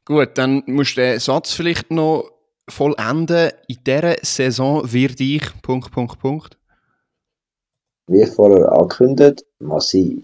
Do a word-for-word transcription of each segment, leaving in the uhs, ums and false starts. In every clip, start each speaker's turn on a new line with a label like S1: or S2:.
S1: Gut, dann musst du den Satz vielleicht noch vollenden. In dieser Saison werde ich... Punkt, Punkt, Punkt.
S2: Wie vorher angekündigt, massiv.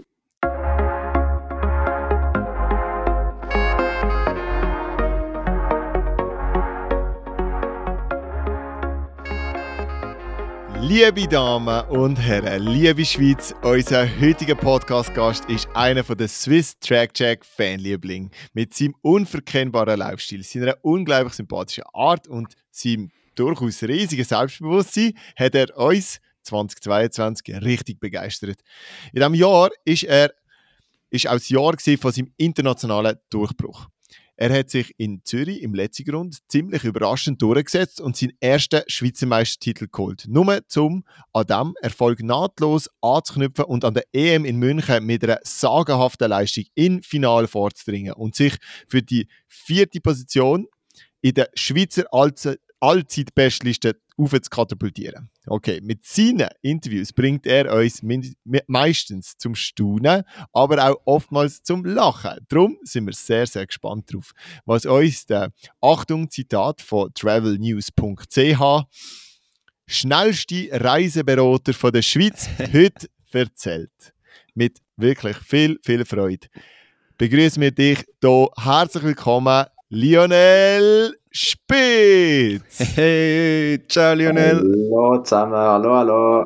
S3: Liebe Damen und Herren, liebe Schweiz, unser heutiger Podcast-Gast ist einer der Swiss Track Jack Fanliebling. Mit seinem unverkennbaren Laufstil, seiner unglaublich sympathischen Art und seinem durchaus riesigen Selbstbewusstsein hat er uns zweitausendzweiundzwanzig richtig begeistert. In diesem Jahr ist er ist auch das Jahr von seinem internationalen Durchbruch. Er hat sich in Zürich im letzten Grund ziemlich überraschend durchgesetzt und seinen ersten Schweizer Meistertitel geholt. Nur um an diesem Erfolg nahtlos anzuknüpfen und an der E M in München mit einer sagenhaften Leistung in Finale vorzudringen und sich für die vierte Position in der Schweizer Allze- Allzeitbestliste aufzukatapultieren. Okay, mit seinen Interviews bringt er uns mind- meistens zum Staunen, aber auch oftmals zum Lachen. Darum sind wir sehr, sehr gespannt drauf, was uns der, Achtung, Zitat von travel news punkt c h, schnellste Reiseberater von der Schweiz heute erzählt. Mit wirklich viel, viel Freude. Begrüßen wir dich hier. Herzlich willkommen, Lionel Spitz!
S1: Hey, ciao Lionel!
S2: Hallo zusammen, hallo, hallo.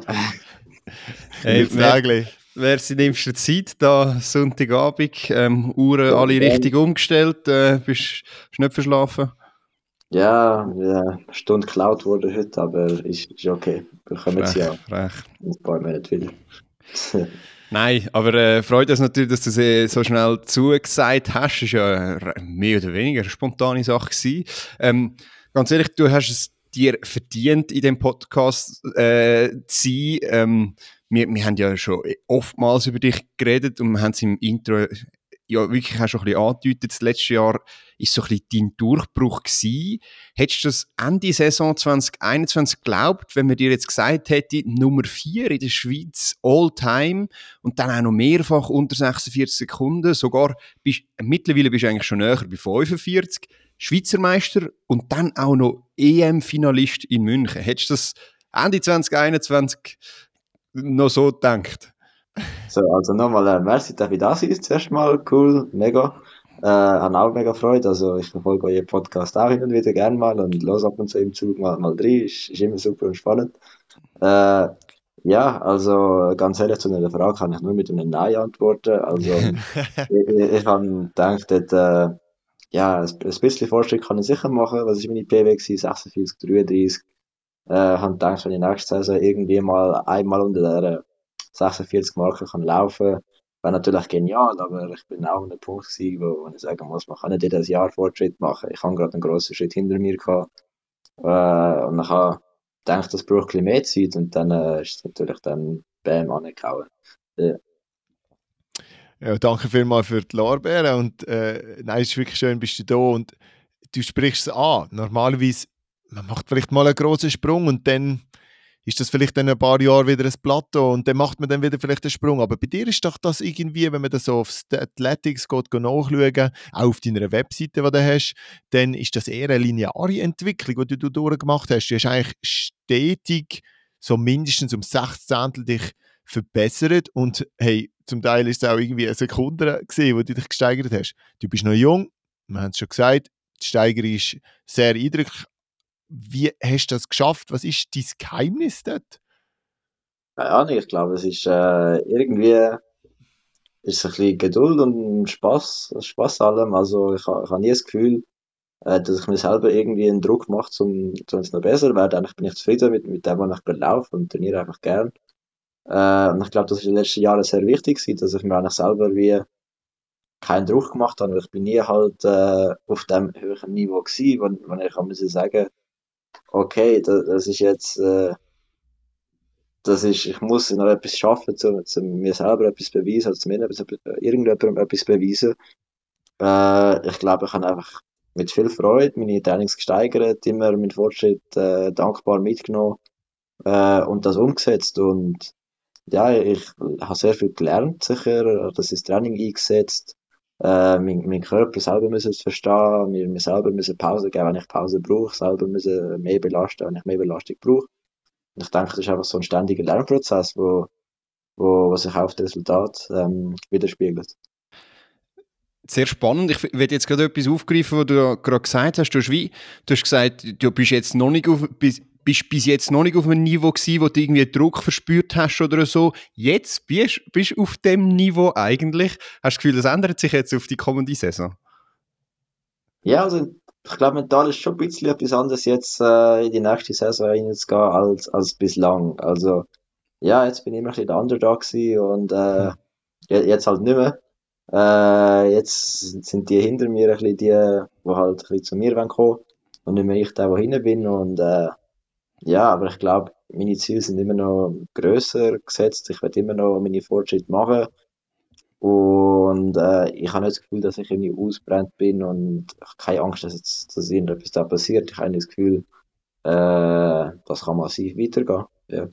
S1: Hey, wer, wer sie nimmst du Zeit, da Sonntagabend, ähm, Uhren alle
S2: Ja,
S1: richtig umgestellt, äh, bist du nicht verschlafen?
S2: Ja, ja, eine Stunde geklaut wurde heute, aber ist, ist okay. Wir kommen jetzt ja
S1: Frech.
S2: in ein paar Monaten wieder.
S1: Nein, aber äh, freut uns natürlich, dass du sie so schnell zugesagt hast. Das war ja eine mehr oder weniger eine spontane Sache gewesen. Ähm, ganz ehrlich, du hast es dir verdient, in dem Podcast äh, zu sein. Ähm, wir, wir haben ja schon oftmals über dich geredet und wir haben es im Intro ja wirklich auch schon ein bisschen angedeutet. Das letzte Jahr ist so ein bisschen dein Durchbruch gewesen. Hättest du das Ende Saison zwanzig einundzwanzig geglaubt, wenn man dir jetzt gesagt hätte, Nummer vier in der Schweiz all time und dann auch noch mehrfach unter sechsundvierzig Sekunden, sogar bist, mittlerweile bist du eigentlich schon näher bei fünfundvierzig, Schweizer Meister und dann auch noch E M-Finalist in München. Hättest du das Ende zwanzig einundzwanzig noch so gedacht?
S2: So, also nochmal, äh, merci, dass ich da sein. Zuerst mal, cool, mega. Äh, habe auch mega Freude. Also, ich verfolge euren Podcast auch hin und wieder gerne mal und los ab und zu im Zug mal, mal rein. Ist, ist immer super und spannend. Äh, ja, also, ganz ehrlich, zu einer Frage kann ich nur mit einem Nein antworten. Also, ich, ich, ich habe gedacht, dort, äh, ja, ein, ein bisschen Fortschritt kann ich sicher machen. Was ist meine P W gewesen? sechsundvierzig, dreiunddreißig. Äh, habe gedacht, wenn ich nächste Saison irgendwie mal einmal unter der sechsundvierzig Marke kann laufen, wäre natürlich genial, aber ich bin auch an einem Punkt gewesen, wo, wo ich sagen muss, man kann nicht jedes Jahr Fortschritt machen. Ich habe gerade einen grossen Schritt hinter mir gehabt, äh, und ich habe gedacht, das braucht ein bisschen mehr Zeit und dann äh, ist es natürlich dann Bam angehauen. Ja.
S3: Ja, danke vielmals für die Lorbeeren und äh, nein, es ist wirklich schön, bist du da und du sprichst es an. Normalerweise, man macht vielleicht mal einen grossen Sprung und dann ist das vielleicht in ein paar Jahre wieder ein Plateau und dann macht man dann wieder vielleicht einen Sprung. Aber bei dir ist doch das irgendwie, wenn man das so auf Athletics geht, geht nachschauen, auch auf deiner Webseite, die du hast, dann ist das eher eine lineare Entwicklung, die du durchgemacht hast. Du hast eigentlich stetig so mindestens um sechs Zehntel dich verbessert und hey, zum Teil ist es auch irgendwie eine Sekunde gesehen, wo du dich gesteigert hast. Du bist noch jung, wir haben es schon gesagt, die Steigerung ist sehr eindrücklich. Wie hast du das geschafft? Was ist dein Geheimnis dort?
S2: Keine Ahnung, ich glaube, es ist äh, irgendwie ist es ein bisschen Geduld und Spaß, Spaß allem. Also ich, ha- ich habe nie das Gefühl, äh, dass ich mir selber irgendwie einen Druck mache, um, um es noch besser zu werden. Eigentlich bin ich zufrieden mit, mit dem, was ich gerade laufe und trainiere einfach gern. Äh, und ich glaube, das ist in den letzten Jahren sehr wichtig gewesen, dass ich mir eigentlich selber wie keinen Druck gemacht habe. Weil ich bin nie halt äh, auf dem höheren Niveau gewesen, wo, wo ich kann müssen sagen, okay, das, das ist jetzt, äh, das ist, ich muss noch etwas schaffen, zu, zu mir selber etwas beweisen, also zu mir etwas, irgendjemandem etwas beweisen. Äh, ich glaube, ich habe einfach mit viel Freude meine Trainings gesteigert, immer meinen Fortschritt äh, dankbar mitgenommen äh, und das umgesetzt. Und ja, ich habe sehr viel gelernt, sicher, das ins Training eingesetzt. äh, mein, mein Körper selber müssen es verstehen, mir, mir selber müssen Pause geben, wenn ich Pause brauche, selber müssen mehr belasten, wenn ich mehr Belastung brauche. Und ich denke, das ist einfach so ein ständiger Lernprozess, wo, wo, wo sich auch auf das Resultat ähm, widerspiegelt.
S1: Sehr spannend. Ich werde jetzt gerade etwas aufgreifen, was du gerade gesagt hast. Du hast, wie, du hast gesagt, du bist jetzt noch nicht auf, bis, bist bis jetzt noch nicht auf einem Niveau gewesen, wo du irgendwie Druck verspürt hast oder so. Jetzt bist du auf dem Niveau eigentlich. Hast du das Gefühl, das ändert sich jetzt auf die kommende Saison?
S2: Ja, also ich glaube, mental ist schon ein bisschen etwas anderes, jetzt äh, in die nächste Saison reinzugehen als, als bislang. Also ja, jetzt bin ich immer ein bisschen der Underdog gewesen und äh, je- jetzt halt nicht mehr. Äh, jetzt sind die hinter mir ein bisschen die, die halt ein bisschen zu mir wollen kommen und nicht mehr ich der, der hinten bin. Und äh, ja, aber ich glaube, meine Ziele sind immer noch grösser gesetzt. Ich werde immer noch meine Fortschritte machen. Und äh, ich habe nicht das Gefühl, dass ich irgendwie ausbrennt bin und ich habe keine Angst, dass jetzt dass irgendetwas da passiert. Ich habe das Gefühl, äh, das kann massiv weitergehen. Ja.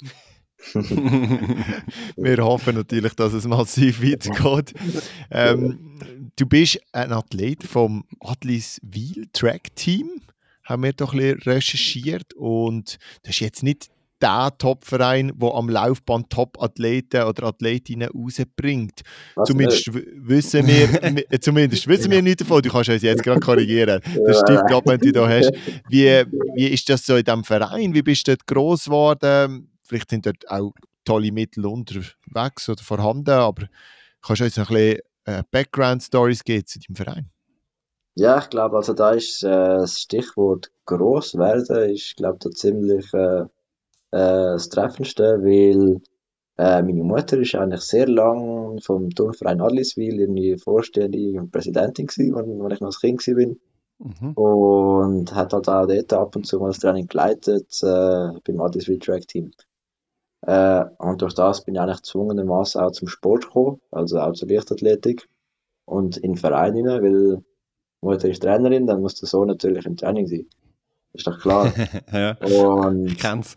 S3: Wir hoffen natürlich, dass es massiv weitergeht. Ähm, du bist ein Athlet vom Adliswil Track Team, haben wir doch ein bisschen recherchiert. Und das ist jetzt nicht der Top-Verein, der am Laufband Top-Athleten oder Athletinnen rausbringt.
S2: Was
S3: Zumindest
S2: nicht?
S3: w- wissen wir, mi- zumindest wissen wir nicht davon. Du kannst uns jetzt gerade korrigieren. Das stimmt gerade, wenn du da hast. Wie, wie ist das so in diesem Verein? Wie bist du dort gross geworden? Vielleicht sind dort auch tolle Mittel unterwegs oder vorhanden, aber kannst du uns noch ein bisschen äh, Background-Stories geben zu deinem Verein?
S2: Ja, ich glaube, also da ist äh, das Stichwort gross werden, ist, glaube da ziemlich äh, äh, das Treffendste, weil äh, meine Mutter ist eigentlich sehr lang vom Turnverein Adliswil irgendwie Vorständige und Präsidentin gewesen, wenn, wenn ich noch als Kind gewesen bin.
S1: Mhm.
S2: Und hat halt auch dort ab und zu mal das Training geleitet äh, beim Adliswil Track Team. Äh, und durch das bin ich eigentlich gezwungenermaßen auch zum Sport gekommen, also auch zur Leichtathletik und in den Verein rein, weil die Mutter ist Trainerin, dann muss der Sohn natürlich im Training sein. Ist doch klar.
S1: Ja, ich
S2: Und
S1: kenn's.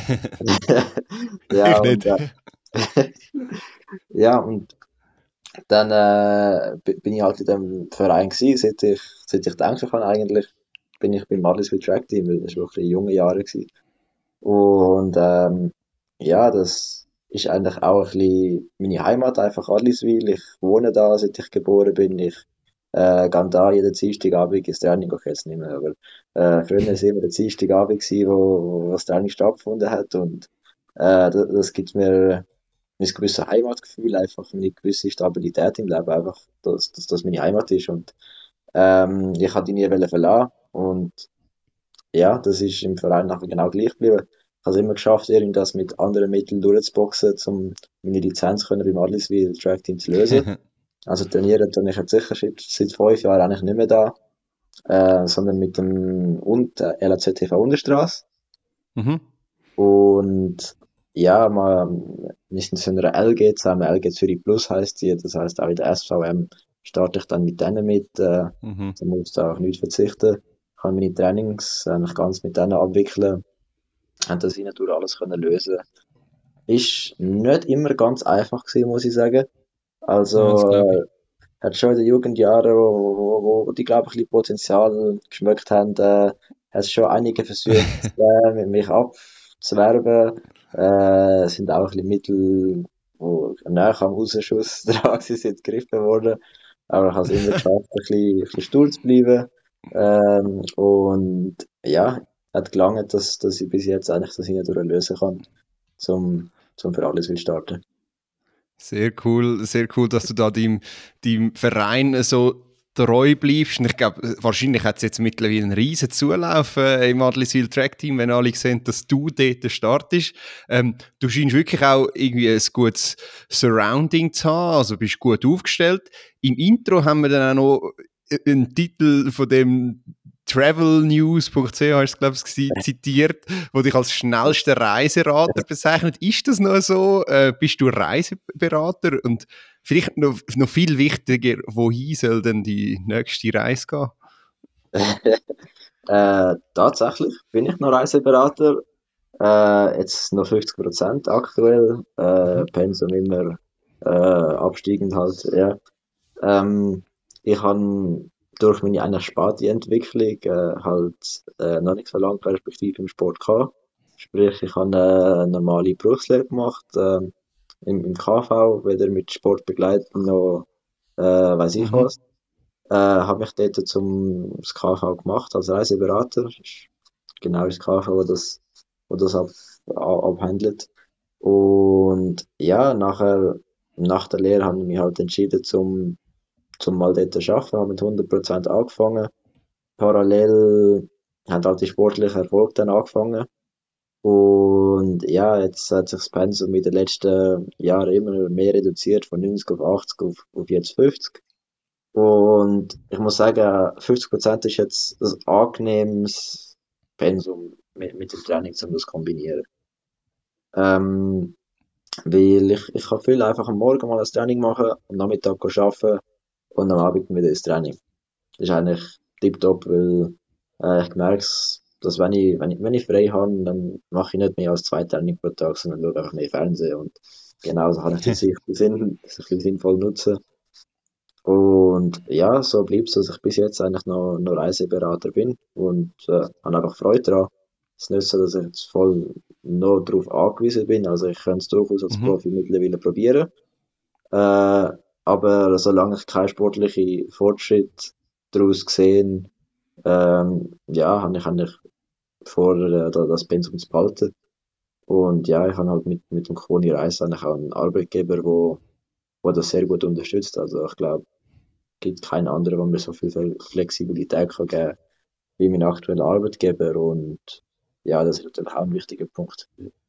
S2: ja,
S3: Ich
S2: und
S3: nicht.
S2: äh, ja, und dann äh, bi- bin ich halt in dem Verein gewesen, seit ich, seit ich denken kann eigentlich, bin ich beim Adliswil Track Team, weil das war wirklich junge Jahre gewesen. Und ähm, ja, das ist eigentlich auch ein bisschen meine Heimat, einfach Adliswil. Ich wohne da, seit ich geboren bin. Ich äh, gehe da jeden Dienstagabend ins Training, okay, jetzt nicht mehr, aber äh, früher war es immer der Dienstagabend gewesen, wo, wo das Training stattgefunden hat und äh, das, das gibt mir ein gewisses Heimatgefühl, einfach eine gewisse Stabilität im Leben, einfach, dass, dass das meine Heimat ist und ähm, ich hatte die nie wollen verlassen und ja, das ist im Verein nachher genau gleich geblieben. Ich habe es immer geschafft, irgendwas mit anderen Mitteln durchzuboxen, um meine Lizenz können beim Adliswil Track Team zu lösen. Also trainieren tue ich jetzt sicher seit, seit fünf Jahren eigentlich nicht mehr da, äh, sondern mit dem und, äh, L A Z T V Unterstrasse.
S1: Mhm.
S2: Und ja, mal, wir sind so in einer L G zusammen, L G Zürich Plus heisst die, das heisst auch in der S V M starte ich dann mit denen mit, äh,
S1: Mhm.
S2: da muss da auch nicht verzichten, kann meine Trainings eigentlich ganz mit denen abwickeln, und das hindurch alles können lösen. Ist nicht immer ganz einfach gewesen, muss ich sagen.
S1: Ja, das
S2: Also,
S1: glaube ich.
S2: äh, hat schon in den Jugendjahren, wo, wo, wo, wo die, glaube ich, ein bisschen Potenzial geschmeckt haben, äh, hat es schon einige Versuche gegeben, mich abzuwerben. Äh, es sind auch ein bisschen Mittel, wo näher am Ausschuss dran sind, gegriffen worden. Aber ich habe es immer geschafft, ein bisschen, ein bisschen stur zu bleiben. Ähm, und ja, hat gelangt, dass, dass ich bis jetzt eigentlich das hindurch lösen kann, zum, zum für alles will starten.
S1: Sehr cool, sehr cool, dass du da deinem, deinem Verein so treu bleibst. Und ich glaube, wahrscheinlich hat es jetzt mittlerweile einen riesen Zulauf äh, im Adliswil Track Team, wenn alle sehen, dass du dort startest. Ähm, du scheinst wirklich auch irgendwie ein gutes Surrounding zu haben, also bist gut aufgestellt. Im Intro haben wir dann auch noch einen Titel von dem travelnews punkt c h ist glaube ich zitiert, wo dich als schnellster Reiserater bezeichnet. Ist das noch so? Äh, bist du Reiseberater? Und vielleicht noch, noch viel wichtiger, wohin soll denn die nächste Reise gehen?
S2: Äh, tatsächlich bin ich noch Reiseberater. Äh, jetzt noch fünfzig Prozent aktuell. Äh,
S1: Mhm.
S2: Pensum immer äh, absteigend halt, ja. Ähm, ich habe durch meine eigentlich späte Entwicklung äh, halt äh, noch nicht so lange Perspektive im Sport gehabt. Sprich, ich habe eine normale Berufslehre gemacht, ähm, im, im K V, weder mit Sportbegleitung noch äh, weiß ich
S1: Mhm.
S2: was. Äh, habe mich dort zum das K V gemacht als Reiseberater. Ist genau das K V, wo das, wo das ab, a- abhandelt. Und ja, nachher, nach der Lehre habe ich mich halt entschieden, zum, zum mal dort zu arbeiten, habe mit hundert Prozent angefangen. Parallel hat halt die sportliche Erfolg dann angefangen. Und ja, jetzt hat sich das Pensum in den letzten Jahren immer mehr reduziert, von neunzig auf achtzig auf, auf jetzt fünfzig. Und ich muss sagen, fünfzig Prozent ist jetzt ein angenehmes Pensum mit, mit dem Training, um das zu kombinieren. Ähm, weil ich, ich kann viel einfach am Morgen mal das Training machen, am Nachmittag arbeiten und am Abend wieder ins Training. Das ist eigentlich tipptopp, weil äh, ich merke, dass wenn ich, wenn ich, wenn ich frei habe, dann mache ich nicht mehr als zwei Training pro Tag, sondern schaue einfach mehr Fernsehen. Und genau so kann ich das sicher sinn, sicher sinnvoll nutzen. Und ja, so bleibt es, dass ich bis jetzt eigentlich noch, noch Reiseberater bin und äh, habe einfach Freude daran. Es ist nicht so, dass ich jetzt voll noch darauf angewiesen bin. Also ich könnte es durchaus als
S1: Mhm.
S2: Profi mittlerweile probieren. Äh, aber solange ich keinen sportlichen Fortschritt daraus gesehen, ähm, ja, habe ich eigentlich vor, äh, da- das Pensum zu behalten. Und ja, ich habe halt mit, mit dem Koni Reis eigentlich auch einen Arbeitgeber, wo, wo das sehr gut unterstützt. Also ich glaube, gibt keinen anderen, der mir so viel Fle- Flexibilität kann geben wie mein aktueller Arbeitgeber. Und ja, das ist natürlich auch ein wichtiger Punkt.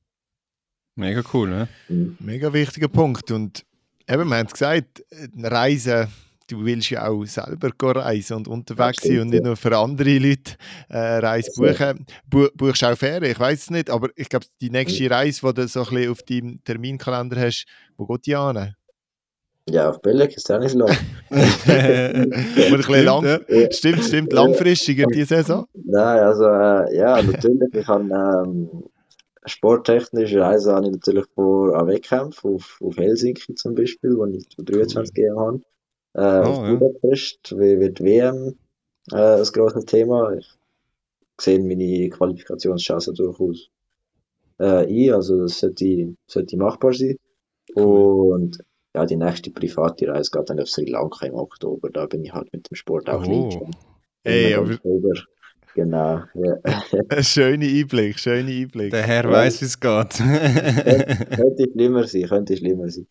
S1: Mega cool, ne?
S2: Mhm.
S3: Mega wichtiger Punkt. Und eben, wir haben es gesagt, äh, Reisen, du willst ja auch selber gehen reisen und
S2: Ja,
S3: unterwegs sein
S2: stimmt,
S3: und
S2: ja.
S3: nicht nur für andere Leute äh, Reise
S2: Also,
S3: buchen. Bu buchst du auch Ferien? Ich weiß es nicht, aber ich glaube, die nächste
S2: mhm.
S3: Reise, die du so ein bisschen auf deinem Terminkalender hast, wo geht die an?
S2: Ja, auf Belek ist auch nicht lang.
S3: Oder ein bisschen
S1: Stimmt,
S3: lang,
S1: ja.
S2: Ja,
S3: stimmt, stimmt,
S2: ja.
S3: langfristiger die Saison?
S2: Nein, also äh, ja, natürlich, ich habe ähm, sporttechnisch Reise habe ich natürlich vor an Wettkämpfen auf, auf Helsinki zum Beispiel, wo ich
S1: Cool.
S2: dreiundzwanzig gegeben habe. Äh, auf
S1: Oh, ja.
S2: Budapest wie- wird W M äh, ein grosses Thema. Ich sehe meine Qualifikationschancen durchaus äh, ein, also das sollte, sollte machbar sein.
S3: Cool.
S2: Und ja, die nächste private Reise geht dann auf Sri Lanka im Oktober. Da bin ich halt mit dem Sport auch ein
S1: Oh.
S2: bisschen im
S3: Ey, aber
S2: Oktober. Genau, ja.
S3: ein schöner Einblick, schöner Einblick.
S1: Der Herr
S2: Ja,
S1: weiß, wie es geht.
S2: könnte, könnte schlimmer sein, könnte schlimmer sein.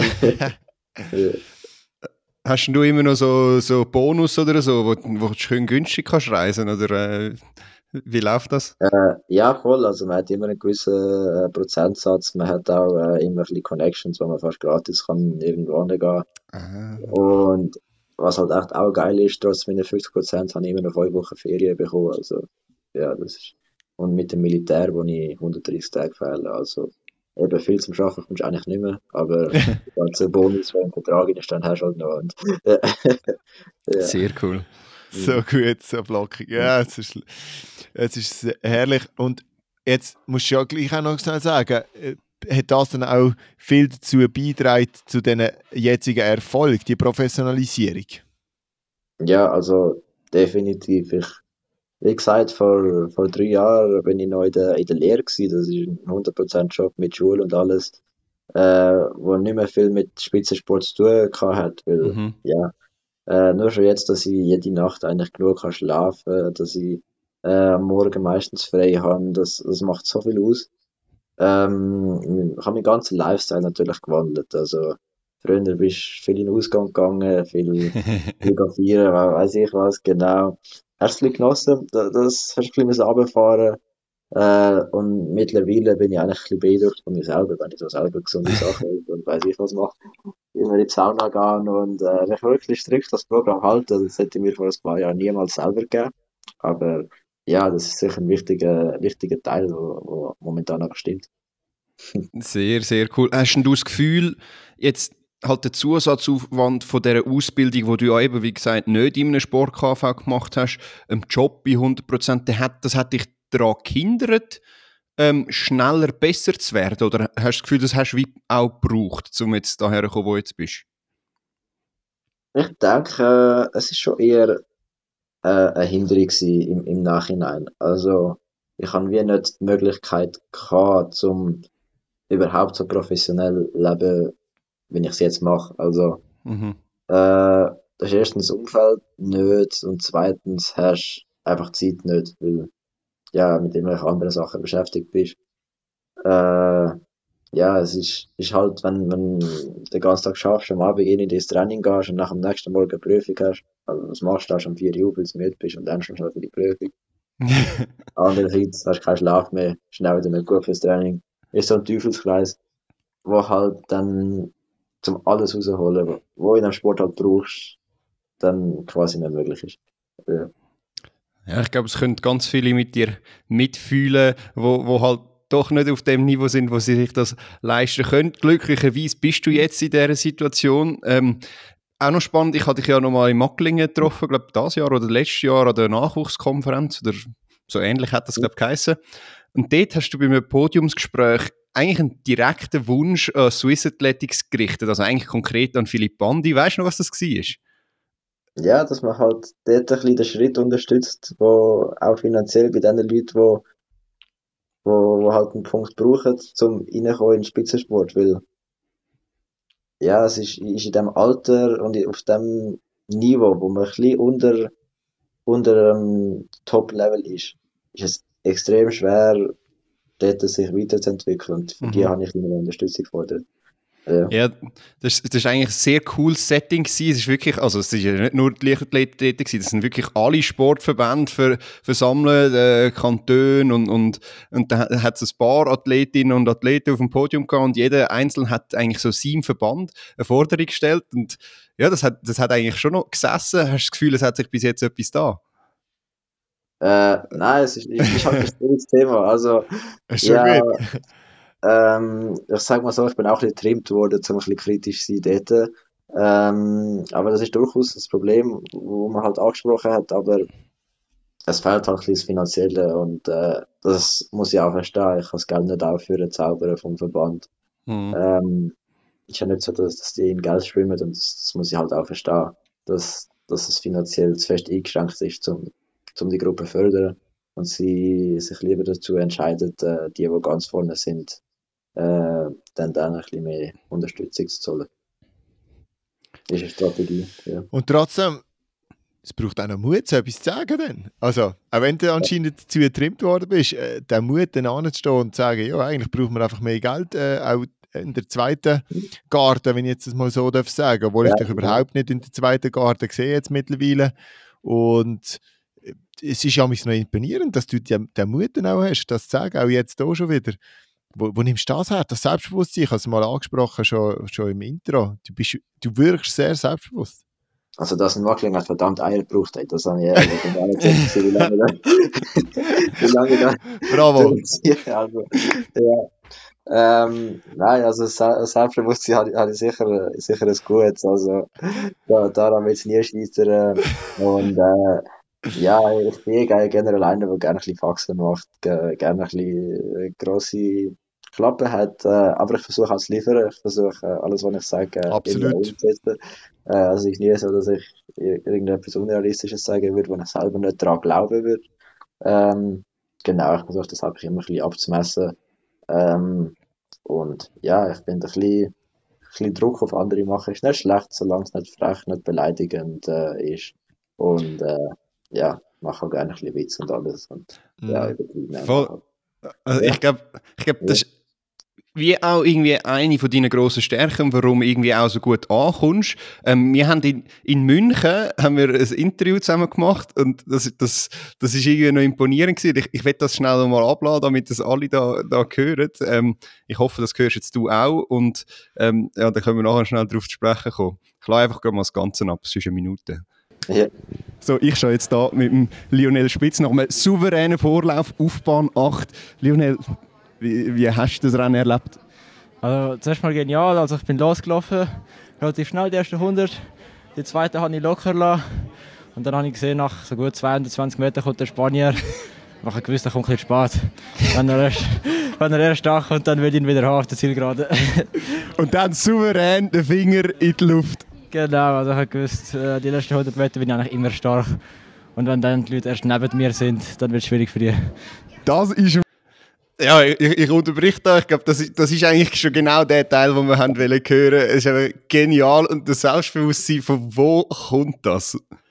S2: Ja.
S1: Hast du immer noch so, so Bonus oder so, wo, wo du schön günstig kannst reisen? Oder äh, wie läuft das?
S2: Äh, ja, voll. Also man hat immer einen gewissen äh, Prozentsatz. Man hat auch äh, immer ein bisschen Connections, wo man fast gratis kann irgendwo hingehen.
S1: Ah,
S2: Und was halt echt auch geil ist, trotz meiner fünfzig Prozent habe ich immer noch fünf Wochen Ferien bekommen. Also ja, das ist. Und mit dem Militär, wo ich hundertdreißig Tage fehle. Also eben viel zum Schaffen kommst du eigentlich nicht mehr. Aber der ganze Bonus, wenn du einen Vertrag ist, dann hast du halt noch. Und, ja.
S1: sehr cool.
S3: So
S2: Mhm.
S3: gut, so blockig. Ja, es ist, es ist herrlich. Und jetzt musst du ja gleich auch noch schnell sagen, äh, hat das dann auch viel dazu beigetragen, zu diesen jetzigen Erfolg, die Professionalisierung?
S2: Ja, also definitiv. Ich, wie gesagt, vor, vor drei Jahren bin ich noch in der, in der Lehre gewesen. Das ist ein hundert Prozent Job mit Schule und alles, äh, wo nicht mehr viel mit Spitzensport zu tun gehabt hat, weil,
S1: Mhm.
S2: ja, äh, nur schon jetzt, dass ich jede Nacht eigentlich genug kann schlafen, dass ich äh, am Morgen meistens frei habe, das, das macht so viel aus. Ähm, ich habe meinen ganzen Lifestyle natürlich gewandelt. Also, früher bist du viel in den Ausgang gegangen, viel fotografieren, we- weiß ich was, genau. Hast du ein bisschen genossen, da- das hast du ein bisschen müssen runterfahren. Äh, und mittlerweile bin ich eigentlich ein bisschen beeindruckt von mir selber, wenn ich so selber gesunde Sachen esse und weiß ich was mache. Immer in die Sauna gehen und äh, mich wirklich strikt das Programm halten. Das hätte ich mir vor ein paar Jahren niemals selber gegeben. Aber ja, das ist sicher ein wichtiger, wichtiger Teil, wo, wo momentan aber stimmt.
S1: Sehr, sehr cool. Hast denn du das Gefühl, jetzt halt der Zusatzaufwand von dieser Ausbildung, wo du ja eben, wie gesagt, nicht in einem Sport-K V gemacht hast, im Job bei hundert Prozent, das hat, das hat dich daran gehindert, ähm, schneller besser zu werden? Oder hast du das Gefühl, das hast du wie auch gebraucht, um jetzt daher zu kommen, wo du jetzt bist?
S2: Ich denke, äh, es ist schon eher äh, eine Hinderung gewesen im, im Nachhinein. Also, ich habe wie nicht die Möglichkeit gehabt, zum überhaupt so professionell leben, wie ich es jetzt mache. Also,
S1: Mhm.
S2: äh, das ist erstens das Umfeld nicht und zweitens hast du einfach Zeit nicht, weil ja mit irgendwelchen anderen Sachen beschäftigt bist. Äh, ja, es ist, ist halt, wenn, wenn du den ganzen Tag schaffst, am Abend in ins Training gehst und nach dem nächsten Morgen eine Prüfung hast, also was machst du, hast um vier Uhr, weil du müde bist und dann schon halt für die Prüfung. Andererseits hast du keinen Schlaf mehr, schnell wieder nicht gut fürs Training. Ist so ein Teufelskreis, wo halt dann zum alles rausholen, wo wo in einem Sport halt brauchst, dann quasi nicht möglich ist. Ja.
S1: Ja, ich glaube, es können ganz viele mit dir mitfühlen, wo, wo halt doch nicht auf dem Niveau sind, wo sie sich das leisten können. Glücklicherweise bist du jetzt in dieser Situation. Ähm, auch noch spannend, ich hatte dich ja noch mal in Macklingen getroffen, glaube das Jahr oder letztes Jahr an der Nachwuchskonferenz oder so ähnlich hat das, glaube ich, geheissen. Und dort hast du bei einem Podiumsgespräch eigentlich einen direkten Wunsch an Swiss Athletics gerichtet, also eigentlich konkret an Philipp Bandi. Weißt du noch, was das war?
S2: Ja, dass man halt dort ein bisschen den Schritt unterstützt, wo auch finanziell bei den Leuten, wo, wo, wo halt einen Punkt brauchen, zum reinkommen in den Spitzensport, weil ja, es ist, ist in dem Alter und auf dem Niveau, wo man ein bisschen unter, unter dem Top-Level ist, ist es extrem schwer, dort sich weiterzuentwickeln. Und für die
S1: Mhm.
S2: habe ich immer Unterstützung gefordert. Ja.
S1: Ja, das, das ist eigentlich ein sehr cooles Setting gewesen. Es ist wirklich, also es ist ja nicht nur die Leichtathleten dort gewesen, das sind wirklich alle Sportverbände ver, versammelt, äh, Kantone und, und, und da hat es ein paar Athletinnen und Athleten auf dem Podium gehabt und jeder Einzelne hat eigentlich so seinem Verband eine Forderung gestellt und ja, das hat, das hat eigentlich schon noch gesessen. Hast du das Gefühl, es hat sich bis jetzt etwas da?
S2: Äh, nein, es ist, ist halt ein schwieriges Thema. Also,
S3: Ist schon
S2: ja,
S3: gut.
S2: ähm, ich sag mal so, ich bin auch ein bisschen getrimmt worden, um ein bisschen kritisch zu sein dort. Ähm, aber das ist durchaus das Problem, wo man halt angesprochen hat, aber es fehlt halt ein bisschen das Finanzielle und äh, das muss ich auch verstehen. Ich kann das Geld nicht aufführen, zaubern vom Verband.
S1: Mhm.
S2: Ähm, ist ja nicht so, dass, dass die in Geld schwimmen und das, das muss ich halt auch verstehen, dass, dass es finanziell zu fest eingeschränkt ist, um, um die Gruppe zu fördern und sie sich lieber dazu entscheiden, äh, die, die ganz vorne sind, äh, dann dann ein bisschen mehr Unterstützung zu zahlen. Das ist eine Strategie, ja.
S3: Und trotzdem, es braucht auch noch Mut, so etwas zu sagen dann. Also, auch wenn du anscheinend dazu getrimmt worden bist, äh, den Mut dann anzustehen und zu sagen, ja, eigentlich braucht man einfach mehr Geld, äh, auch in der zweiten Garde, wenn ich jetzt das mal so darf sagen, obwohl
S2: Ja,
S3: ich dich überhaupt nicht in der zweiten Garde sehe jetzt mittlerweile. Und äh, es ist ja noch imponierend, dass du den, den Mut dann auch hast, das zu sagen, auch jetzt hier schon wieder. Wo, wo nimmst du das her? Das Selbstbewusstsein, ich habe es mal angesprochen, schon, schon im Intro. Du, bist, du wirkst sehr selbstbewusst.
S2: Also, dass ein Wackling hat verdammt Eier gebraucht hat, das habe ich ehrlich gar nicht gesehen, wie lange da, wie lange da
S3: Bravo!
S2: durchziehe. Also, ja. Ähm, nein, also Se- Selbstbewusstsein habe ich, habe ich sicher, sicher ein Gutes. Also, da, daran wird es nie scheitern. Und äh, ja, ich bin eh ge- generell einer, der gerne ein bisschen Faxen macht, ge- gerne ein bisschen äh, grosse Klappe hat. Äh, aber ich versuche auch zu liefern. Ich versuche äh, alles, was ich sage, äh, irgendwie
S3: Absolut.
S2: umzusetzen. Äh, also, es ist nie so, dass ich ir- irgendetwas Unrealistisches sagen würde, wo ich selber nicht daran glauben würde. Ähm, genau, ich versuche das einfach immer ein bisschen abzumessen. Ähm, und ja, ich finde, ein bisschen, ein bisschen Druck auf andere machen ist nicht schlecht, solange es nicht frech, nicht beleidigend äh, ist. Und äh, ja, mache auch gerne ein bisschen Witz und alles. Und ja,
S3: Mhm.
S2: übertrieben
S1: Voll.
S2: einfach.
S1: Also
S2: Ja,
S1: ich glaube, ich glaub,
S2: ja.
S1: das ist wie auch irgendwie eine von deinen grossen Stärken, warum du irgendwie auch so gut ankommst. Ähm, wir haben in, in München haben wir ein Interview zusammen gemacht und das, das, das ist irgendwie noch imponierend gewesen. Ich, ich will das schnell noch mal abladen, damit das alle da, da hören. Ähm, ich hoffe, das hörst jetzt du auch und ähm, ja, dann können wir nachher schnell darauf zu sprechen kommen. Ich lade einfach mal das Ganze ab, es ist eine Minute.
S2: Ja.
S1: So, ich stehe jetzt da mit dem Lionel Spitz nach einem souveränen Vorlauf auf Bahn acht. Lionel, wie, wie hast du das Rennen erlebt?
S4: Also zuerst mal genial, also ich bin losgelaufen, relativ schnell die ersten hundert, die zweite habe ich locker gelassen und dann habe ich gesehen, nach so gut zweihundertzwanzig Metern kommt der Spanier. Ich habe gewusst, er kommt ein bisschen spät. Wenn er erst, wenn er erst ankommt, dann will ich ihn wieder haben auf der Zielgerade.
S1: Und dann souverän den Finger in die Luft.
S4: Genau, also ich habe gewusst, äh, die letzten hundert Meter bin ich eigentlich immer stark. Und wenn dann die Leute erst neben mir sind, dann wird es schwierig für die.
S3: Das ist...
S1: Ja, ich, ich unterbreche da. Ich glaube, das, ist- das ist eigentlich schon genau der Teil, den wir haben wollen hören. Es ist einfach genial. Und das Selbstbewusstsein, von wo kommt das?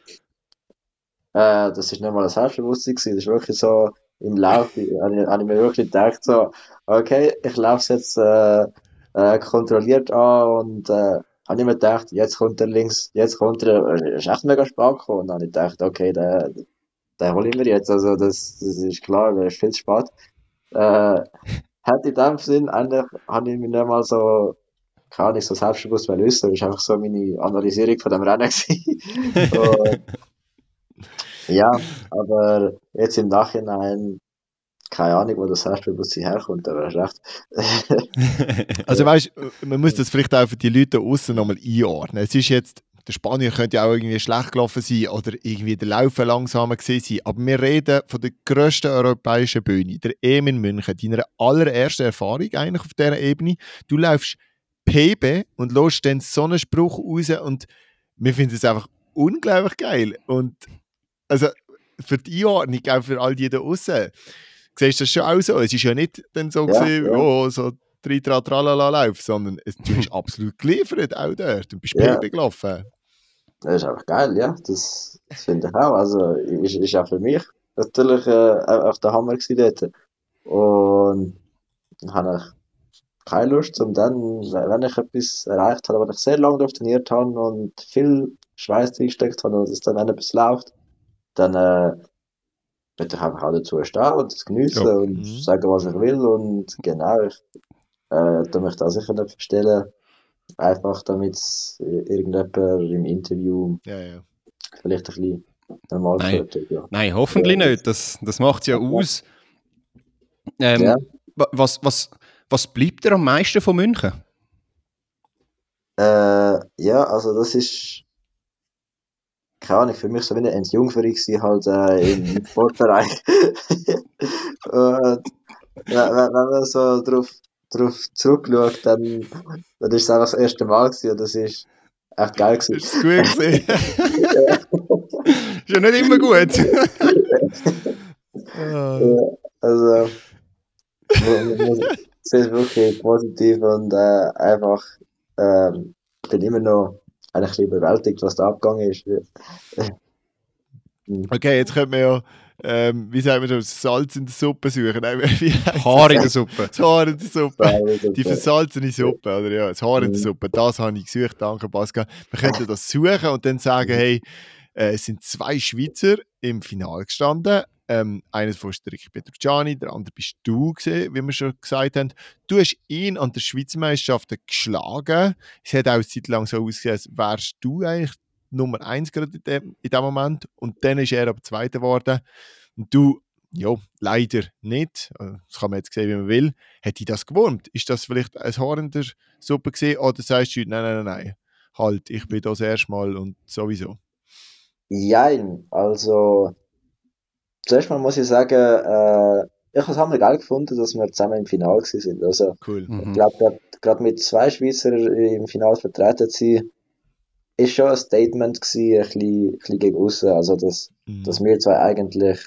S2: Äh, das ist nicht mal ein Selbstbewusstsein gewesen. Das ist wirklich so, im Lauf, habe ich, habe ich mir wirklich gedacht, so, okay, ich laufe es jetzt, äh, äh, kontrolliert an und, äh, habe ich mir gedacht, jetzt kommt er links, jetzt kommt er, er ist echt mega spät gekommen. Und dann habe ich gedacht, okay, der, den hole ich mir jetzt. Also, das, das ist klar, der ist viel zu spät. Äh, hat in dem Sinn, eigentlich, habe ich mich nicht mal so, keine Ahnung, so selbstbewusst wissen. Das war einfach so meine Analysierung von dem Rennen gewesen. Und, ja, aber jetzt im Nachhinein, keine Ahnung, wo das Selbstbewusstsein herkommt, aber hast recht.
S3: Also weißt, man muss das vielleicht auch für die Leute außen nochmal einordnen. Es ist jetzt, der Spanier könnte ja auch irgendwie schlecht gelaufen sein oder irgendwie der Laufen langsamer gewesen sein, aber wir reden von der grössten europäischen Bühne, der E M in München, deiner allerersten Erfahrung eigentlich auf dieser Ebene. Du läufst P B und lässt dann so einen Spruch raus und wir finden es einfach unglaublich geil. Und also für die Einordnung, auch für all die da außen, siehst du das schon auch so? Es ist ja nicht dann so
S2: Ja,
S3: gewesen,
S2: ja.
S3: oh, so drei Tra Tralala Lauf, sondern es, du hast absolut geliefert, auch dort. Du bist
S2: Ja.
S3: P B gelaufen.
S2: Das ist einfach geil, ja. Das, das finde ich auch. Also, ist, ist auch für mich natürlich, äh, auch der Hammer gewesen dort. Und dann habe ich keine Lust, um dann, wenn ich etwas erreicht habe, was ich sehr lange darauf trainiert habe und viel Schweiß reingesteckt habe, und es dann, wenn etwas läuft, dann, äh, will ich einfach auch dazu stehen und das geniessen
S3: Ja.
S2: und
S3: Mhm.
S2: sagen, was ich will. Und genau, ich, äh, tu mich da sicher nicht verstellen. Einfach damit irgendjemand im Interview
S3: Ja, ja.
S2: vielleicht ein bisschen normal
S1: Nein.
S2: gehört hat, ja.
S1: Nein, hoffentlich
S2: Ja,
S1: nicht. Das, das macht es ja aus. Ähm,
S2: Ja.
S1: wa- was, was, was bleibt dir am meisten von München?
S2: Äh, ja, also das ist, keine Ahnung, für mich so wie eine Entjungferung gewesen, halt äh, im Sportbereich. Und wenn, wenn wenn man so drauf, drauf zurückschaut, dann, dann ist es einfach das erste Mal gewesen und das ist echt geil gewesen.
S3: Ist es gut gesehen? Ist ja nicht immer gut. Ah.
S2: Ja, also, man muss es ist wirklich positiv und äh, einfach, ähm, bin immer noch eigentlich ein bisschen überwältigt, was da abgegangen ist.
S3: Okay, jetzt könnte man ja, ähm, wie sagen wir das, Salz in der Suppe suchen. Nein, wie heisst
S1: Haar in der Suppe.
S3: das Haar in der Suppe.
S2: Also,
S3: Die versalzene Suppe, oder ja, das Haar in der
S2: Mhm.
S3: Suppe, das habe ich gesucht, danke Pascal. Wir könnten das suchen und dann sagen, hey, äh, es sind zwei Schweizer im Finale gestanden. Ähm, einer von Ricky Petrucciani, der andere bist du gewesen, wie wir schon gesagt haben. Du hast ihn an der Schweizer Meisterschaft geschlagen. Es hat auch eine Zeit lang so ausgesehen, als wärst du eigentlich Nummer eins gerade in dem, in dem Moment. Und dann ist er aber Zweiter geworden. Und du, ja, leider nicht. Also, das kann man jetzt sehen, wie man will. Hätte dich das gewurmt? Ist das vielleicht ein Haar in der Suppe gewesen? Oder sagst du, nein, nein, nein, nein. Halt, ich bin das erstmal und sowieso.
S2: Jein, also zuerst mal muss ich sagen, äh, ich habe es geil gefunden, dass wir zusammen im Finale gewesen sind. Also
S3: Cool.
S2: ich
S1: Mhm.
S2: glaube, gerade mit zwei Schweizer im Finale vertreten zu sein, ist schon ein Statement gewesen, ein bisschen, ein bisschen gegen aussen. Also dass,
S3: Mhm.
S2: dass wir zwei eigentlich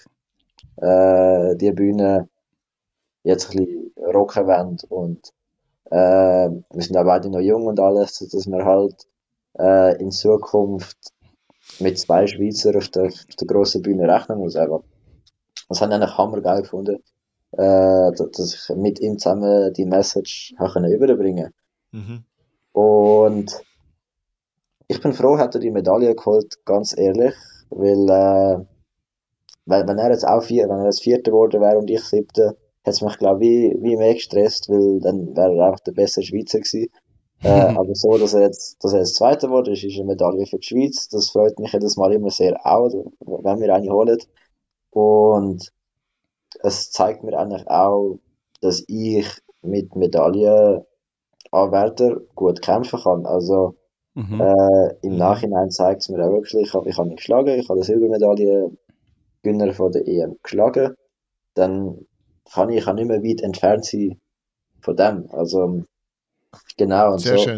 S2: äh, die Bühne jetzt ein bisschen rocken wollen und äh, wir sind ja beide noch jung und alles, dass wir halt äh, in Zukunft mit zwei Schweizer auf der, auf der grossen Bühne rechnen muss. Einfach. Das habe ich eigentlich hammergeil gefunden, äh, dass dass ich mit ihm zusammen die Message habe können überbringen.
S3: Mhm.
S2: Und ich bin froh, hat er die Medaille geholt, ganz ehrlich, weil, äh, weil wenn er jetzt auch vier, wenn er jetzt Vierter geworden wäre und ich Siebter, hätte es mich, glaube ich, wie, wie mehr gestresst, weil dann wäre er einfach der bessere Schweizer gewesen. Äh, aber so, dass er jetzt, dass er jetzt Zweiter wurde, ist, ist eine Medaille für die Schweiz. Das freut mich jedes Mal immer sehr auch, wenn wir eine holen. Und es zeigt mir eigentlich auch, dass ich mit Medaillenanwärter gut kämpfen kann. Also,
S1: Mhm.
S2: äh, im
S3: Mhm.
S2: Nachhinein zeigt es mir auch wirklich, ich habe ich hab ihn geschlagen, ich habe den Silbermedaillengewinner von der E M geschlagen. Dann kann ich, ich kann nicht mehr weit entfernt sein von dem. Also, genau, und
S3: Sehr
S2: so.
S3: schön, ja.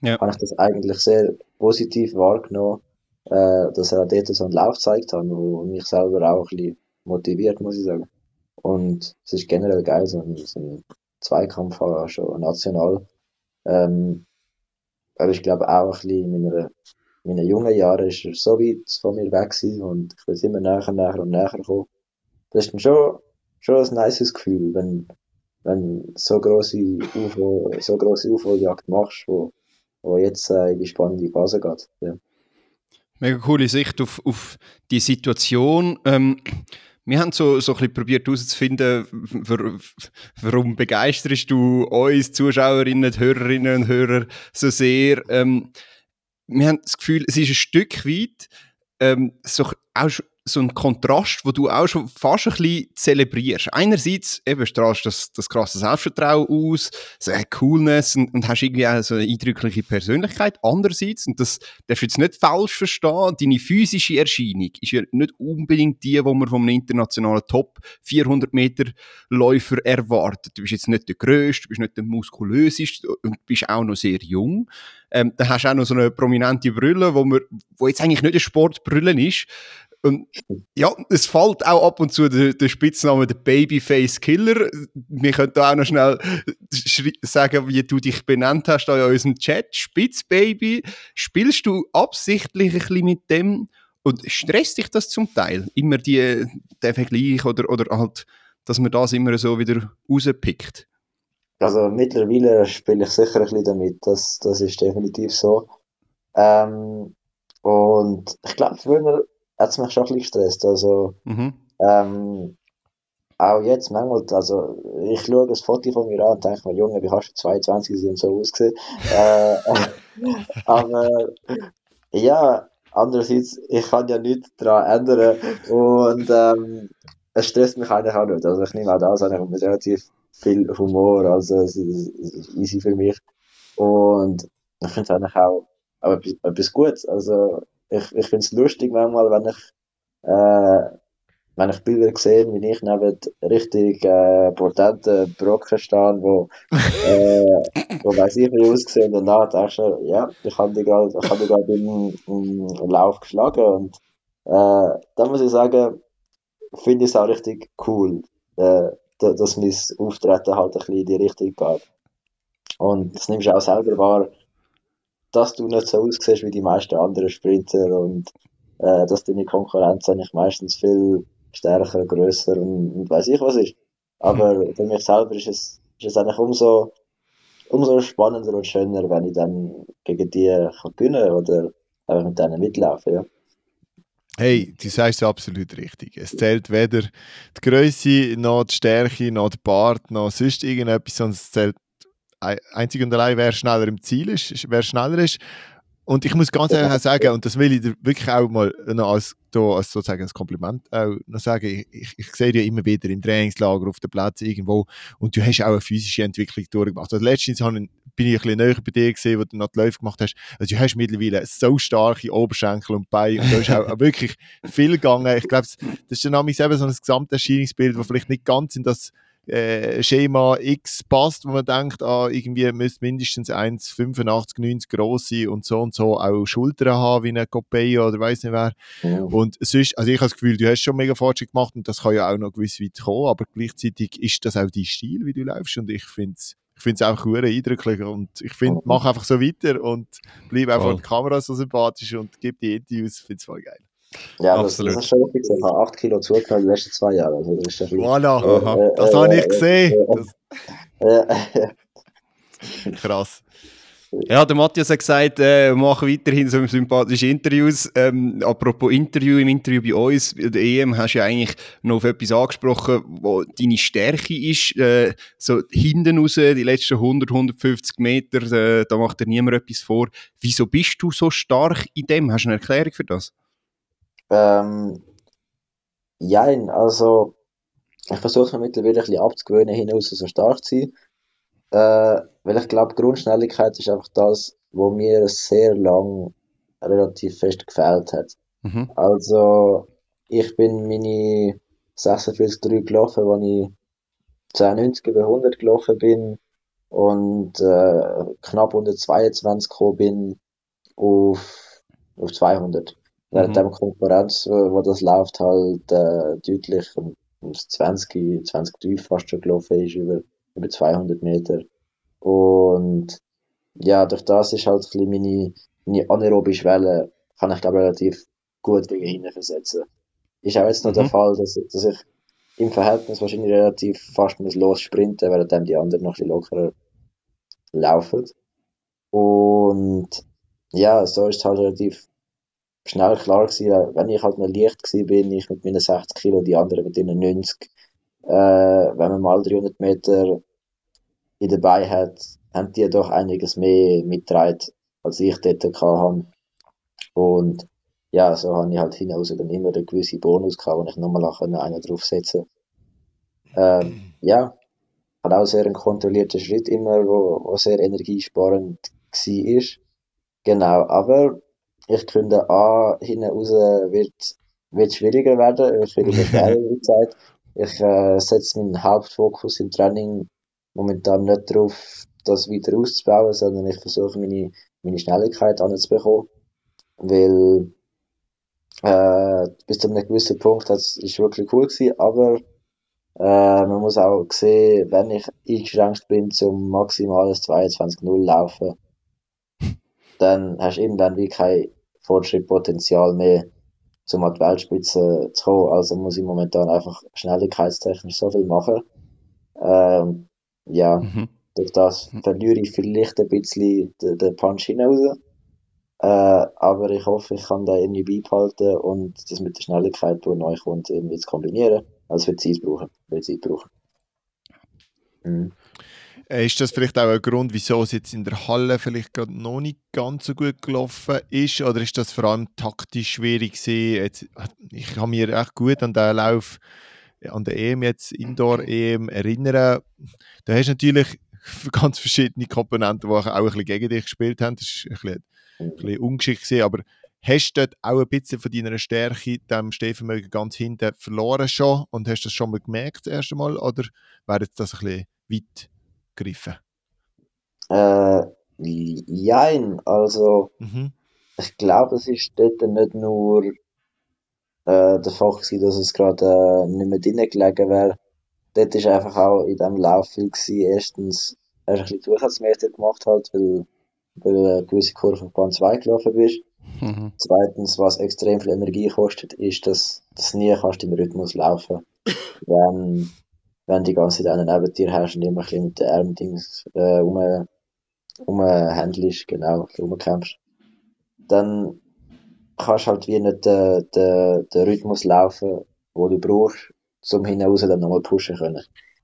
S1: Ja.
S2: habe ich das eigentlich sehr positiv wahrgenommen, äh, dass er dort so einen Lauf gezeigt hat, wo mich selber auch ein bisschen motiviert, muss ich sagen. Und es ist generell geil, so ein, so ein Zweikampf auch schon national. Ähm, aber ich glaube auch ein bisschen in meiner, in meinen jungen Jahren ist er so weit von mir weg gewesen und ich bin immer näher, näher und näher gekommen. Das ist dann schon, schon ein nices Gefühl, wenn, wenn so grosse UFO, so grosse UFO-Jagd machst, wo, wo jetzt äh, in die spannende Phase geht. Ja.
S1: Mega coole Sicht auf, auf die Situation. Ähm, wir haben so, so ein bisschen probiert herauszufinden, war- warum begeisterst du uns, Zuschauerinnen, Hörerinnen und Hörer, so sehr. Ähm, wir haben das Gefühl, es ist ein Stück weit ähm, so, auch schon so ein Kontrast, wo du auch schon fast ein bisschen zelebrierst. Einerseits eben strahlst du das, das krasse Selbstvertrauen aus, so eine Coolness und, und hast irgendwie auch so eine eindrückliche Persönlichkeit. Andererseits, und das darfst du jetzt nicht falsch verstehen, deine physische Erscheinung ist ja nicht unbedingt die, die man vom internationalen Top vierhundert Meter Läufer erwartet. Du bist jetzt nicht der Grösste, du bist nicht der Muskulöseste und bist auch noch sehr jung. Ähm, dann hast du auch noch so eine prominente Brille, wo, man, wo jetzt eigentlich nicht eine Sportbrille ist. Und ja, es fällt auch ab und zu der, der Spitzname der Babyface Killer. Wir können da auch noch schnell sagen, wie du dich benannt hast da in unserem Chat. Spitzbaby. Spielst du absichtlich ein bisschen mit dem und stresst dich das zum Teil? Immer die, der Vergleich oder, oder halt, dass man das immer so wieder rauspickt?
S2: Also mittlerweile spiele ich sicher ein bisschen damit, das, das ist definitiv so. Ähm, und ich glaube, früher hat es mich schon ein bisschen gestresst. Also,
S1: Mhm.
S2: ähm, auch jetzt manchmal, also ich schaue das Foto von mir an und denke mir, Junge, wie hast du zweiundzwanzig und so ausgesehen? Äh, aber ja, andererseits, ich kann ja nichts daran ändern und ähm, es stresst mich eigentlich auch nicht. Also ich nehme auch das eigentlich mit relativ viel Humor, also es ist, es ist easy für mich. Und ich finde es eigentlich auch, auch etwas, etwas Gutes. Also ich, ich finde es lustig manchmal, wenn ich äh, wenn ich Bilder sehe, wie ich neben richtig äh, potenten Brocken stehe, wo, äh, wo weiss ich wie aussehen, und dann denkst du, ja, ich habe die gerade, ich habe die gerade im, im Lauf geschlagen, und äh, da muss ich sagen, finde ich es auch richtig cool, äh, da- dass mein Auftreten halt ein bisschen in die Richtung geht. Und das nimmst du auch selber wahr, dass du nicht so aussiehst wie die meisten anderen Sprinter und äh, dass deine Konkurrenz eigentlich meistens viel stärker, grösser und, und weiß ich was ist. Aber für mich selber ist es, ist es eigentlich umso, umso spannender und schöner, wenn ich dann gegen die kann gewinnen oder einfach mit denen mitlaufen, ja.
S3: Hey, du sagst es absolut richtig. Es zählt weder die Größe, noch die Stärke, noch der Bart, noch sonst irgendetwas, sondern es zählt ein- einzig und allein, wer schneller im Ziel ist, wer schneller ist. Und ich muss ganz ehrlich auch sagen, und das will ich dir wirklich auch mal noch als, da, als sozusagen als Kompliment auch noch sagen, ich, ich, ich sehe dich ja immer wieder im Trainingslager, auf den Plätzen irgendwo, und du hast auch eine physische Entwicklung durchgemacht. Also letztens habe ich, bin ich ein bisschen näher bei dir gesehen, wo du noch die Läufe gemacht hast. Also du hast mittlerweile so starke Oberschenkel und Beine und da ist auch wirklich viel gegangen. Ich glaube, das ist dann nämlich eben so ein Gesamterscheinungsbild, das vielleicht nicht ganz in das äh, Schema X passt, wo man denkt, ah, irgendwie müsste mindestens eins Komma fünfundachtzig, neunzig gross sein und so und so auch Schultern haben, wie ein Copeio oder weiss nicht wer.
S2: Ja.
S3: Und sonst, also ich habe das Gefühl, du hast schon mega Fortschritt gemacht und das kann ja auch noch gewiss weit kommen, aber gleichzeitig ist das auch dein Stil, wie du läufst, und ich finde es ich find's auch sehr eindrücklich und ich finde, mach einfach so weiter und bleib auch vor
S1: Voll.
S3: der Kamera so sympathisch und gib die Interviews, ich finde es voll geil.
S2: Ja, das, das
S1: Absolut.
S2: ist schon richtig. Ich habe acht Kilo zugenommen in den letzten zwei Jahren. Also das ist ein bisschen,
S3: Voilà,
S1: Aha.
S2: äh,
S3: das
S2: äh,
S3: habe ich
S2: äh,
S3: gesehen.
S2: äh,
S3: Das,
S2: äh,
S3: krass.
S1: Ja, der Matthias hat gesagt, äh, mach weiterhin so sympathische Interviews. Ähm, apropos Interview, im Interview bei uns, bei der E M, hast du ja eigentlich noch auf etwas angesprochen, wo deine Stärke ist. Äh, so hinten raus, die letzten hundert, hundertfünfzig Meter, äh, da macht dir niemand etwas vor. Wieso bist du so stark in dem? Hast du eine Erklärung für das?
S2: ähm, Jein, also ich versuche mir mittlerweile ein bisschen abzugewöhnen, hinaus so stark zu sein. Äh, weil ich glaube, Grundschnelligkeit ist einfach das, wo mir sehr lang relativ fest gefehlt hat.
S1: Mhm.
S2: Also, ich bin meine sechsundvierzig Komma drei gelaufen, als ich zehn neunzig über hundert gelaufen bin. und äh, knapp unter zweiundzwanzig gekommen bin auf, auf zweihundert. Während
S1: Mhm.
S2: der Konkurrenz, wo, wo das läuft, halt äh, deutlich um, ums zwanzig, zwanzig tief fast schon gelaufen ist, über, über zweihundert Meter. Und ja, durch das ist halt ein bisschen meine, meine anaerobe Schwelle, kann ich glaube relativ gut gegen hinten versetzen. Ist auch jetzt noch der
S1: Mhm.
S2: Fall, dass, dass ich im Verhältnis wahrscheinlich relativ fast muss los sprinten, während dann die anderen noch ein bisschen lockerer laufen. Und ja, so ist es halt relativ schnell klar gewesen, äh, wenn ich halt noch leicht gewesen bin, ich mit meinen sechzig Kilo, die anderen mit ihren neunzig, äh, wenn man mal dreihundert Meter in dabei hat, haben die doch einiges mehr mitgetragen, als ich dort gehabt habe. Und ja, so habe ich halt hinaus dann immer einen gewissen Bonus gehabt, wo ich nochmal einen draufsetzen konnte. Ähm, ja, hat auch sehr einen kontrollierten Schritt immer, wo, wo sehr energiesparend war. Genau, aber ich könnte an, hinten raus wird, wird schwieriger werden, wird schwieriger schwerer mit der Zeit. Ich äh, setze meinen Hauptfokus im Training momentan nicht darauf, das weiter auszubauen, sondern ich versuche meine, meine Schnelligkeit anzubekommen, weil äh, bis zu einem gewissen Punkt das ist wirklich cool gewesen, aber äh, man muss auch sehen, wenn ich eingeschränkt bin zum maximales zweiundzwanzig null laufen, dann hast du irgendwann wie kein Fortschrittpotenzial mehr, zum an die Weltspitze zu kommen. Also muss ich momentan einfach schnelligkeitstechnisch so viel machen. Ähm, ja,
S1: Mhm.
S2: durch das verliere ich vielleicht ein bisschen den, den Punch hinaus. Äh, aber ich hoffe, ich kann da irgendwie beibehalten und das mit der Schnelligkeit, die neu kommt, irgendwie zu kombinieren. Also wird Zeit brauchen. Wird Zeit brauchen. Mhm.
S3: Äh, Ist das vielleicht auch ein Grund, wieso es jetzt in der Halle vielleicht gerade noch nicht ganz so gut gelaufen ist? Oder ist das vor allem taktisch schwierig gewesen? Jetzt, ich kann mich echt gut an den Lauf an der E M jetzt, Indoor-E M, erinnern. Da hast du natürlich ganz verschiedene Komponenten, die auch ein bisschen gegen dich gespielt haben. Das ist ein bisschen, ein
S2: Mhm.
S3: bisschen ungeschickt gewesen, aber hast du dort auch ein bisschen von deiner Stärke, dem Stehvermögen ganz hinten verloren schon? Und hast du das schon mal gemerkt, das erste Mal? Oder wäre jetzt das ein bisschen weit gegriffen?
S2: Äh, jein, also
S3: Mhm.
S2: ich glaube, es ist dort nicht nur äh, der Fakt gewesen, dass es gerade äh, nicht mehr drinnen gelegen wäre. Dort ist einfach auch in diesem Lauf viel gewesen. Erstens, hast du ein bisschen Zusatzmeter gemacht halt, weil, weil du eine gewisse Kurve auf Bahn zwei gelaufen bist.
S1: Mhm.
S2: Zweitens, was extrem viel Energie kostet, ist, dass, dass du nie kannst im Rhythmus laufen, wenn, wenn die ganze Zeit einen neben dir hast und immer ein bisschen mit den Armdings äh, um, umhändelst, genau, ein bisschen rumkämpfst. Dann kannst halt wie nicht den, den, den Rhythmus laufen, den du brauchst, um hinaus dann nochmal pushen können.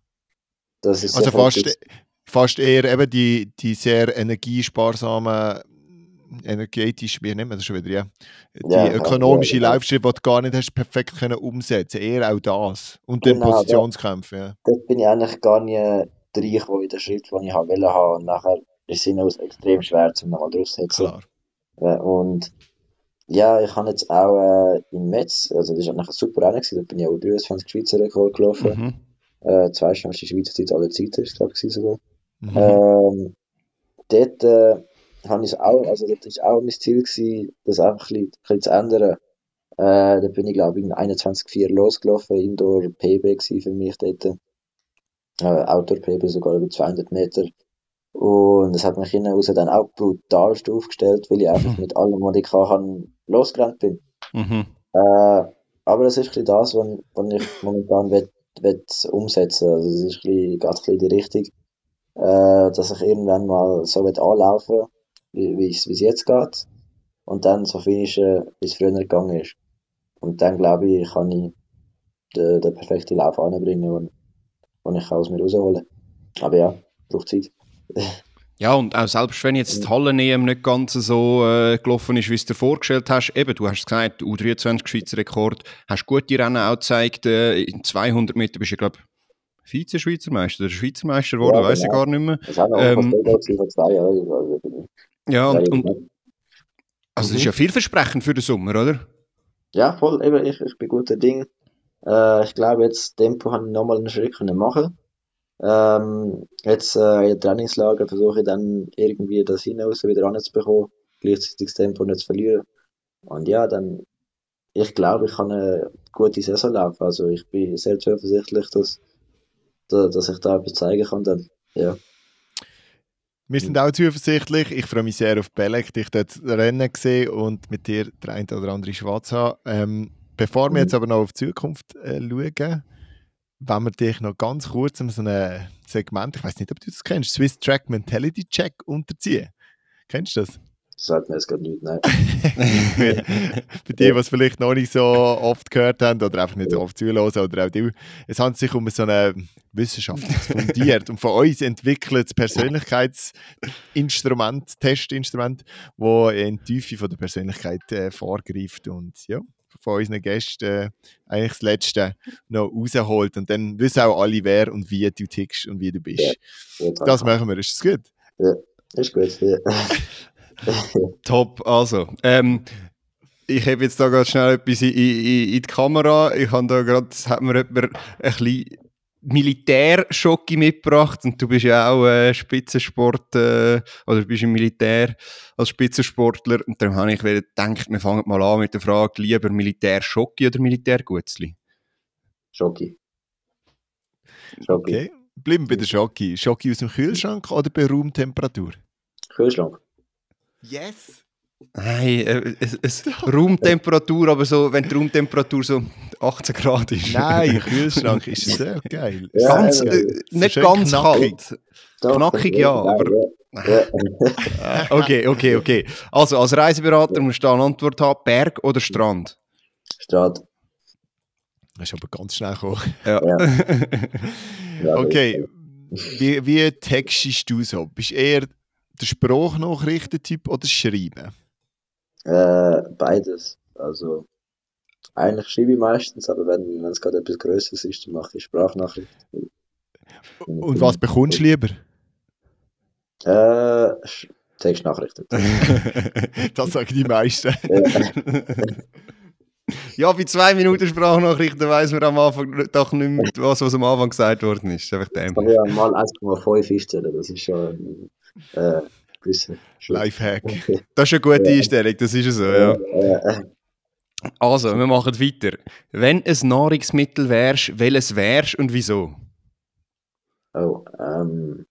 S2: Das ist
S3: Also
S2: sicher
S3: fast,
S2: etwas.
S3: fast eher eben die, die sehr energiesparsamen, energetisch, wie nennt man das schon wieder, ja? Die
S2: Ja, ja, ja,
S3: ökonomische
S2: genau.
S3: Laufstrecke, die du gar nicht hast perfekt können umsetzen. Eher auch das. Und dann
S2: Genau, da,
S3: Positionskämpfe, ja.
S2: dort bin ich eigentlich gar nie reingekommen in den Schritt, den ich haben wollte haben. Und nachher ist es hinaus extrem schwer, zum nochmal draufzusetzen.
S3: Klar.
S2: Äh, Und ja, ich habe jetzt auch äh, im Metz, also das ist eigentlich ein super Rennen gewesen, da bin ich auch dreiundzwanzig Schweizer Rekord gelaufen.
S1: Mhm.
S2: Äh, zweitschnellste Schweizer Zeit aller Zeiten, ist glaube ich gewesen sogar.
S3: Mhm.
S2: Ähm, dort äh, habe ich auch, also dort ist auch mein Ziel gewesen, das einfach ein bisschen, ein bisschen zu ändern. Äh, da bin ich glaube ich in einundzwanzig Komma vier losgelaufen, Indoor P B gewesen für mich dort. Äh, Outdoor P B sogar über zweihundert Meter. Und das hat mich hinten raus dann auch brutalst aufgestellt, weil ich einfach mit allem, was ich kann, losgerannt bin.
S1: Mhm.
S2: Äh, aber das ist ein bisschen das, was, was ich momentan will, will umsetzen. Also es ist ein bisschen, geht ein bisschen in die Richtung, äh, dass ich irgendwann mal so will anlaufen, wie wie es wie es jetzt geht. Und dann so finishen, wie es früher gegangen ist. Und dann glaube ich, kann ich den, den perfekten Lauf anbringen und, und ich kann aus mir rausholen. Aber ja, braucht Zeit.
S1: Ja, und auch selbst wenn jetzt die Halle-E M nicht ganz so äh, gelaufen ist, wie du es dir vorgestellt hast, eben, du hast gesagt, U dreiundzwanzig Schweizer Rekord, hast gute Rennen auch gezeigt, äh, in zweihundert Meter bist du, glaube ich, Vize-Schweizer Meister oder Schweizer Meister geworden,
S2: Ja,
S1: weiss ich gar
S2: genau.
S1: nicht mehr.
S2: Das war noch
S1: Ähm,
S2: unvorstellbar gewesen vor zwei Jahren. Also bin
S1: ja,
S2: ich
S1: und,
S2: sehr
S1: und
S2: gespannt.
S1: also das ist
S2: Mhm.
S1: ja vielversprechend für den Sommer, oder?
S2: Ja, voll, eben, ich, ich bin guter Ding. Äh, ich glaube, jetzt Tempo habe ich nochmal einen Schritt können machen. Ähm, jetzt äh, in Trainingslager versuche ich dann irgendwie das hinaus wieder anzubekommen, gleichzeitig das Tempo nicht zu verlieren. Und ja, dann, ich glaube, ich kann eine gute Saison laufen. Also ich bin sehr zuversichtlich, dass, da- dass ich da etwas zeigen kann dann. Ja.
S3: Wir sind auch zuversichtlich. Ich freue mich sehr auf Belek, dich dort rennen gesehen und mit dir der ein oder andere Schwarz haben. Ähm, bevor wir jetzt aber noch auf die Zukunft äh, schauen, wenn wir dich noch ganz kurz um so ein Segment, ich weiß nicht, ob du das kennst, Swiss Track Mentality Check unterziehen. Kennst du das?
S2: Das sagt mir jetzt gerade nicht, nein.
S3: Für die, die es vielleicht noch nicht so oft gehört haben oder einfach nicht so oft zuhören oder auch die, es handelt sich um so eine wissenschaftliches fundiert und von uns entwickeltes Persönlichkeitsinstrument, Testinstrument, das in die Tiefe von der Persönlichkeit äh, vorgreift und ja, von unseren Gästen äh, eigentlich das Letzte noch rausholt und dann wissen auch alle, wer und wie du tickst und wie du bist.
S2: Ja, ja,
S3: Das
S2: danke.
S3: machen wir, ist das gut?
S2: Ja, ist gut. Ja.
S1: Top, also. Ähm, ich habe jetzt da gerade schnell etwas in, in, in die Kamera. Ich habe da gerade, hat mir jemand ein bisschen Militärschocke mitgebracht und du bist ja auch äh, Spitzensport äh, oder bist im Militär als Spitzensportler und darum habe ich wieder gedacht, wir fangen mal an mit der Frage, lieber Militärschocke oder Militärgutzli?
S2: Schoki. Schoki.
S3: Okay, bleiben wir bei der Schoki. Schoki aus dem Kühlschrank oder bei Raumtemperatur?
S2: Kühlschrank.
S3: Yes!
S1: Nein, äh, es, es, Raumtemperatur, aber so, wenn die Raumtemperatur so achtzehn Grad ist.
S3: Nein, Kühlschrank ist sehr geil.
S2: Ja,
S1: Ganz,
S2: eben.
S1: äh, nicht
S3: schön
S1: ganz
S3: knackig.
S1: kalt.
S2: Doch,
S1: Knackig,
S2: das-
S1: ja, aber...
S2: Ja.
S1: Okay, okay, okay. Also, als Reiseberater musst du da eine Antwort haben, Berg oder Strand?
S2: Stadt.
S3: Das ist aber ganz schnell gekommen.
S1: Ja.
S2: Ja. Ja,
S3: Okay, wie, wie textest du so? Bist du eher der Sprachnachrichtentyp oder das Schreiben?
S2: Äh, beides. Also, eigentlich schreibe ich meistens, aber wenn wenn es gerade etwas Größeres ist, dann mache ich Sprachnachrichten.
S3: Und was bekommst du lieber?
S2: Äh, Sch- Textnachrichten.
S3: Das sagen die meisten.
S1: Ja, bei zwei Minuten Sprachnachrichten weiss man am Anfang doch nicht mehr, was, was am Anfang gesagt worden ist. Einfach
S2: Ich
S1: dem.
S2: kann ja mal eins Komma fünf einstellen, das ist schon äh, gewisse Schritt.
S3: Lifehack.
S1: Das ist eine gute Einstellung, das ist ja so, ja.
S2: Äh,
S1: Also, wir machen weiter. Wenn ein Nahrungsmittel wärst, welches wärst und wieso?
S2: oh, ähm,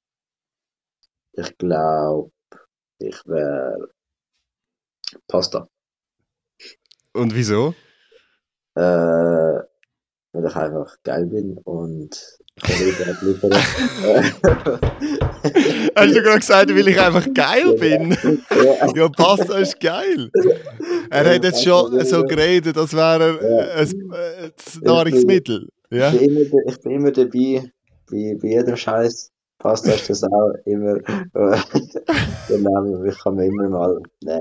S2: ich glaube, ich wäre Pasta.
S1: Und wieso?
S2: Äh, weil ich einfach geil bin und ich kann lieber liefern.
S3: Hast du gerade gesagt, weil ich einfach geil bin?
S2: Ja.
S3: Ja, Pasta ist geil. Er hat jetzt schon so geredet, als wäre er ein, ein Nahrungsmittel. Ja?
S2: Ich, bin immer, ich bin immer dabei, bei, bei jedem Scheiß. Pasta ist das auch immer. Genau, ich kann mir immer mal nehmen.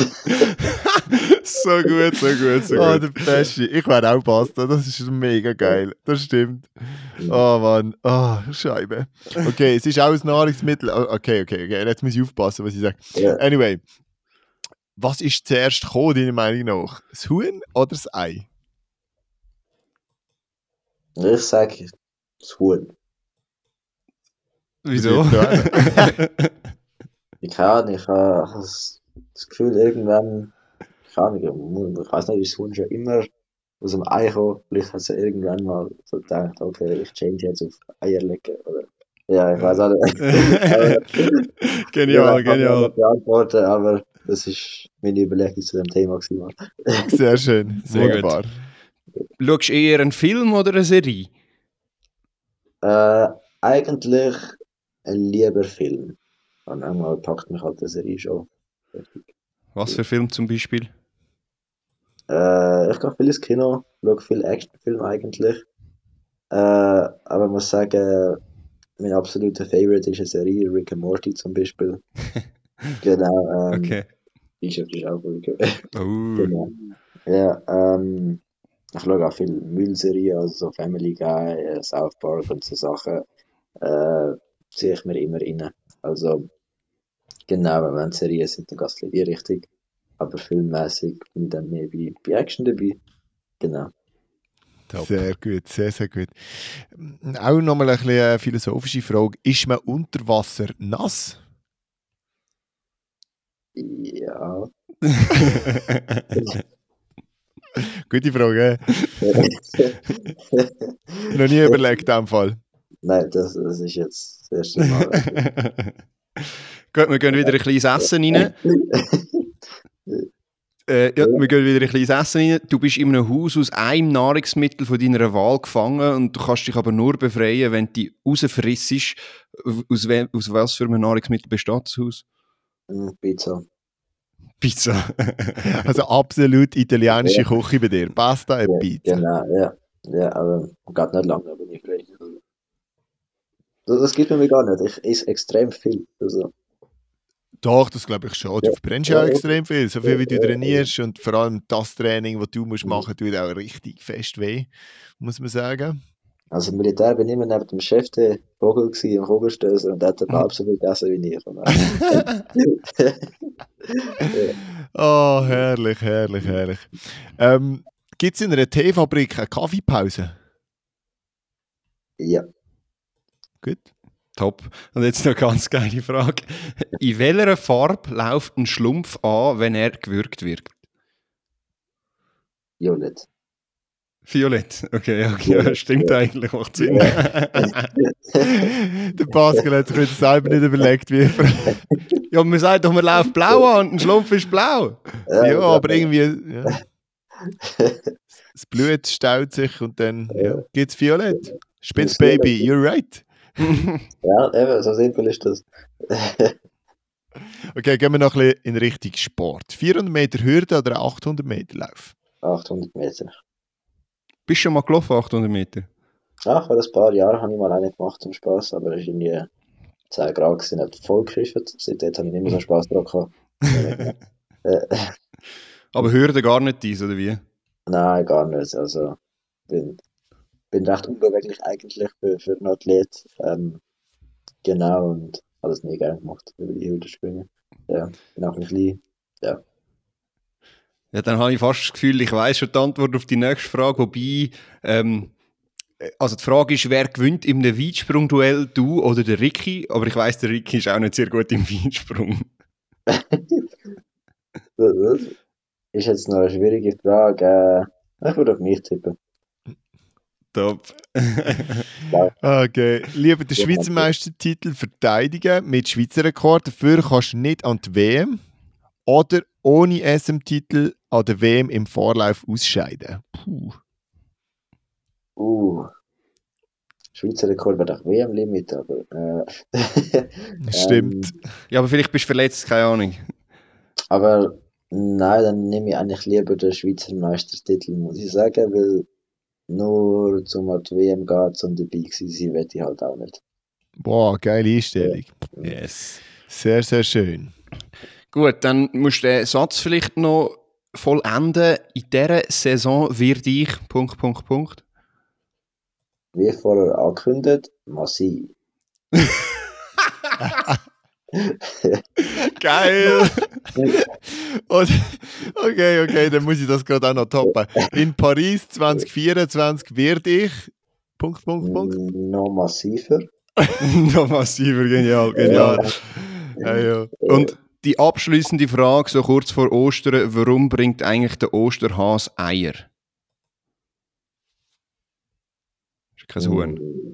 S1: So gut, so gut, so
S3: Oh,
S1: gut.
S3: der Beste. Ich wäre auch Pasta, das ist mega geil. Das stimmt. Oh Mann, oh, Scheibe. Okay, es ist auch ein Nahrungsmittel. Oh, Okay, okay, okay. Jetzt muss ich aufpassen, was ich sage.
S2: Ja.
S3: Anyway, was ist zuerst gekommen, deiner Meinung nach? Das Huhn oder das Ei?
S2: Ich sage das Huhn.
S1: Wieso?
S2: Ich kann nicht, ich habe das das Gefühl, irgendwann, keine Ahnung, ich weiß nicht, ist das Huhn schon immer aus dem Ei gekommen. Vielleicht hat sie irgendwann mal so gedacht, okay, ich change jetzt auf Eierlecken. Oder, ja, ich weiß auch nicht.
S1: Genial,
S2: Ich kann
S1: genial.
S2: nicht beantworten, aber das ist meine Überlegung zu dem Thema gewesen. Mann.
S3: Sehr schön,
S1: Sehr
S3: wunderbar.
S1: Schaust du eher einen Film oder eine Serie?
S2: Äh, eigentlich ein lieber Film. Und einmal packt mich halt eine Serie schon.
S1: Was für Film zum Beispiel?
S2: Äh, ich gehe viel ins Kino, schaue viel Actionfilme eigentlich. Äh, aber ich muss sagen, mein absoluter Favorite ist eine Serie, Rick and Morty zum Beispiel. Genau, ähm,
S1: Okay.
S2: die ist ist auch gut.
S1: Oh.
S2: Genau. Ja, ähm, ich schaue auch viel Müllserien, also so Family Guy, äh, South Park und so Sachen, äh, ziehe ich mir immer rein. Also, genau, wenn es Serien sind, dann geht es in die Richtung. Aber filmmäßig bin ich dann mehr bei, bei Action dabei. Genau.
S1: Top.
S3: Sehr gut, sehr, sehr gut. Auch nochmal ein bisschen eine philosophische Frage. Ist man unter Wasser nass?
S2: Ja.
S3: Gute Frage. Noch nie überlegt, in dem Fall.
S2: Nein, das, das ist jetzt das erste Mal.
S1: Gut, wir gehen wieder ein kleines Essen rein. Äh, ja, wir gehen wieder ein kleines Essen rein. Du bist in einem Haus aus einem Nahrungsmittel von deiner Wahl gefangen und du kannst dich aber nur befreien, wenn du die rausfrissest. Aus, we- aus was für einem Nahrungsmittel besteht das Haus?
S2: Pizza.
S1: Pizza.
S3: Also absolut italienische Küche bei dir. Pasta und
S2: Ja,
S3: Pizza.
S2: genau, ja. Ja, aber geht nicht lange, aber ich frei. Das, das gibt mir gar nicht. Ich esse extrem viel. Also,
S3: Doch, das glaube ich schon. Du
S2: Ja.
S3: verbrennst ja auch
S2: Ja, ja.
S3: extrem viel. So viel wie du
S2: Ja, ja,
S3: trainierst und vor allem das Training, das du musst
S2: Mhm.
S3: machen, tut auch richtig fest weh, muss man sagen.
S2: also im Militär bin ich immer neben dem Chef der Vogel gewesen, im Vogelstößer, und der hat aber absolut gegessen wie ich. Und, äh,
S3: Oh, herrlich, herrlich, herrlich. Ähm, Gibt es in einer Teefabrik eine Kaffeepause?
S2: ja,
S3: Gut.
S1: Top. Und jetzt noch eine ganz geile Frage. In welcher Farbe läuft ein Schlumpf an, wenn er gewürgt wird?
S2: Violett.
S1: Violett. Okay, okay, ja,
S2: Violett,
S1: stimmt
S2: ja.
S1: eigentlich, macht Sinn.
S3: Der Pascal hat sich jetzt selber nicht überlegt, wie er...
S1: Ja, man sagt doch, man läuft blau an und ein Schlumpf ist blau.
S3: Ja, aber irgendwie... Ja. Das Blut staut sich und dann ja, gibt es Violett. Spitzbaby, you're right.
S2: Ja, eben, so simpel ist das.
S3: Okay, gehen wir noch ein bisschen in Richtung Sport. vierhundert Meter Hürde oder achthundert Meter Lauf?
S2: achthundert Meter.
S1: Bist du schon mal gelaufen, achthundert Meter?
S2: Ach, vor ein paar Jahren habe ich mal eine gemacht zum Spaß, aber es war irgendwie zehn Grad, gewesen, hat voll gekriegt. Seitdem habe ich nicht mehr so Spaß daran gehabt. äh,
S1: Aber Hürde gar nicht dies, oder wie?
S2: nein, gar nicht. Also, bin, bin recht unbeweglich eigentlich für, für einen Athlet. Ähm, genau, und alles nie gerne gemacht, über die Hürde springen. Ja, bin auch ein bisschen, ja.
S1: Ja, dann habe ich fast das Gefühl, ich weiss schon die Antwort auf die nächste Frage, wobei, ähm, also die Frage ist, wer gewinnt in einem Weitsprung-Duell, du oder der Ricky? Aber ich weiss, der Ricky ist auch nicht sehr gut im Weitsprung.
S2: Das, das ist jetzt noch eine schwierige Frage. Äh, ich würde auf mich tippen.
S1: Top.
S3: Okay. Lieber den Schweizer Meistertitel verteidigen mit Schweizer Rekord, dafür kannst du nicht an die W M. Oder ohne S M-Titel an der W M im Vorlauf ausscheiden. Puh.
S2: Uh, Schweizer Rekord wäre doch W M-Limit, aber. Äh,
S3: Stimmt.
S2: ähm,
S1: Ja, aber vielleicht bist du verletzt, keine Ahnung.
S2: aber nein, dann nehme ich eigentlich lieber den Schweizer Meistertitel, muss ich sagen, weil nur zum an die W M gehen, zum dabei gewesen sein, will ich halt auch nicht.
S3: Boah, geile Einstellung.
S1: Yes.
S3: Sehr, sehr schön.
S1: Gut, dann musst du den Satz vielleicht noch vollenden. In dieser Saison werde ich... Punkt, Punkt, Punkt.
S2: Wie vorher angekündigt, massiv.
S3: Geil! Und, okay, okay, dann muss ich das gerade auch noch toppen. In Paris zwanzig vierundzwanzig werde ich... Punkt, Punkt, Punkt.
S2: Noch massiver.
S1: Noch massiver, genial, genial. Ja, ja. Und die abschließende Frage, so kurz vor Ostern, warum bringt eigentlich der Osterhase Eier? Ist kein Huhn.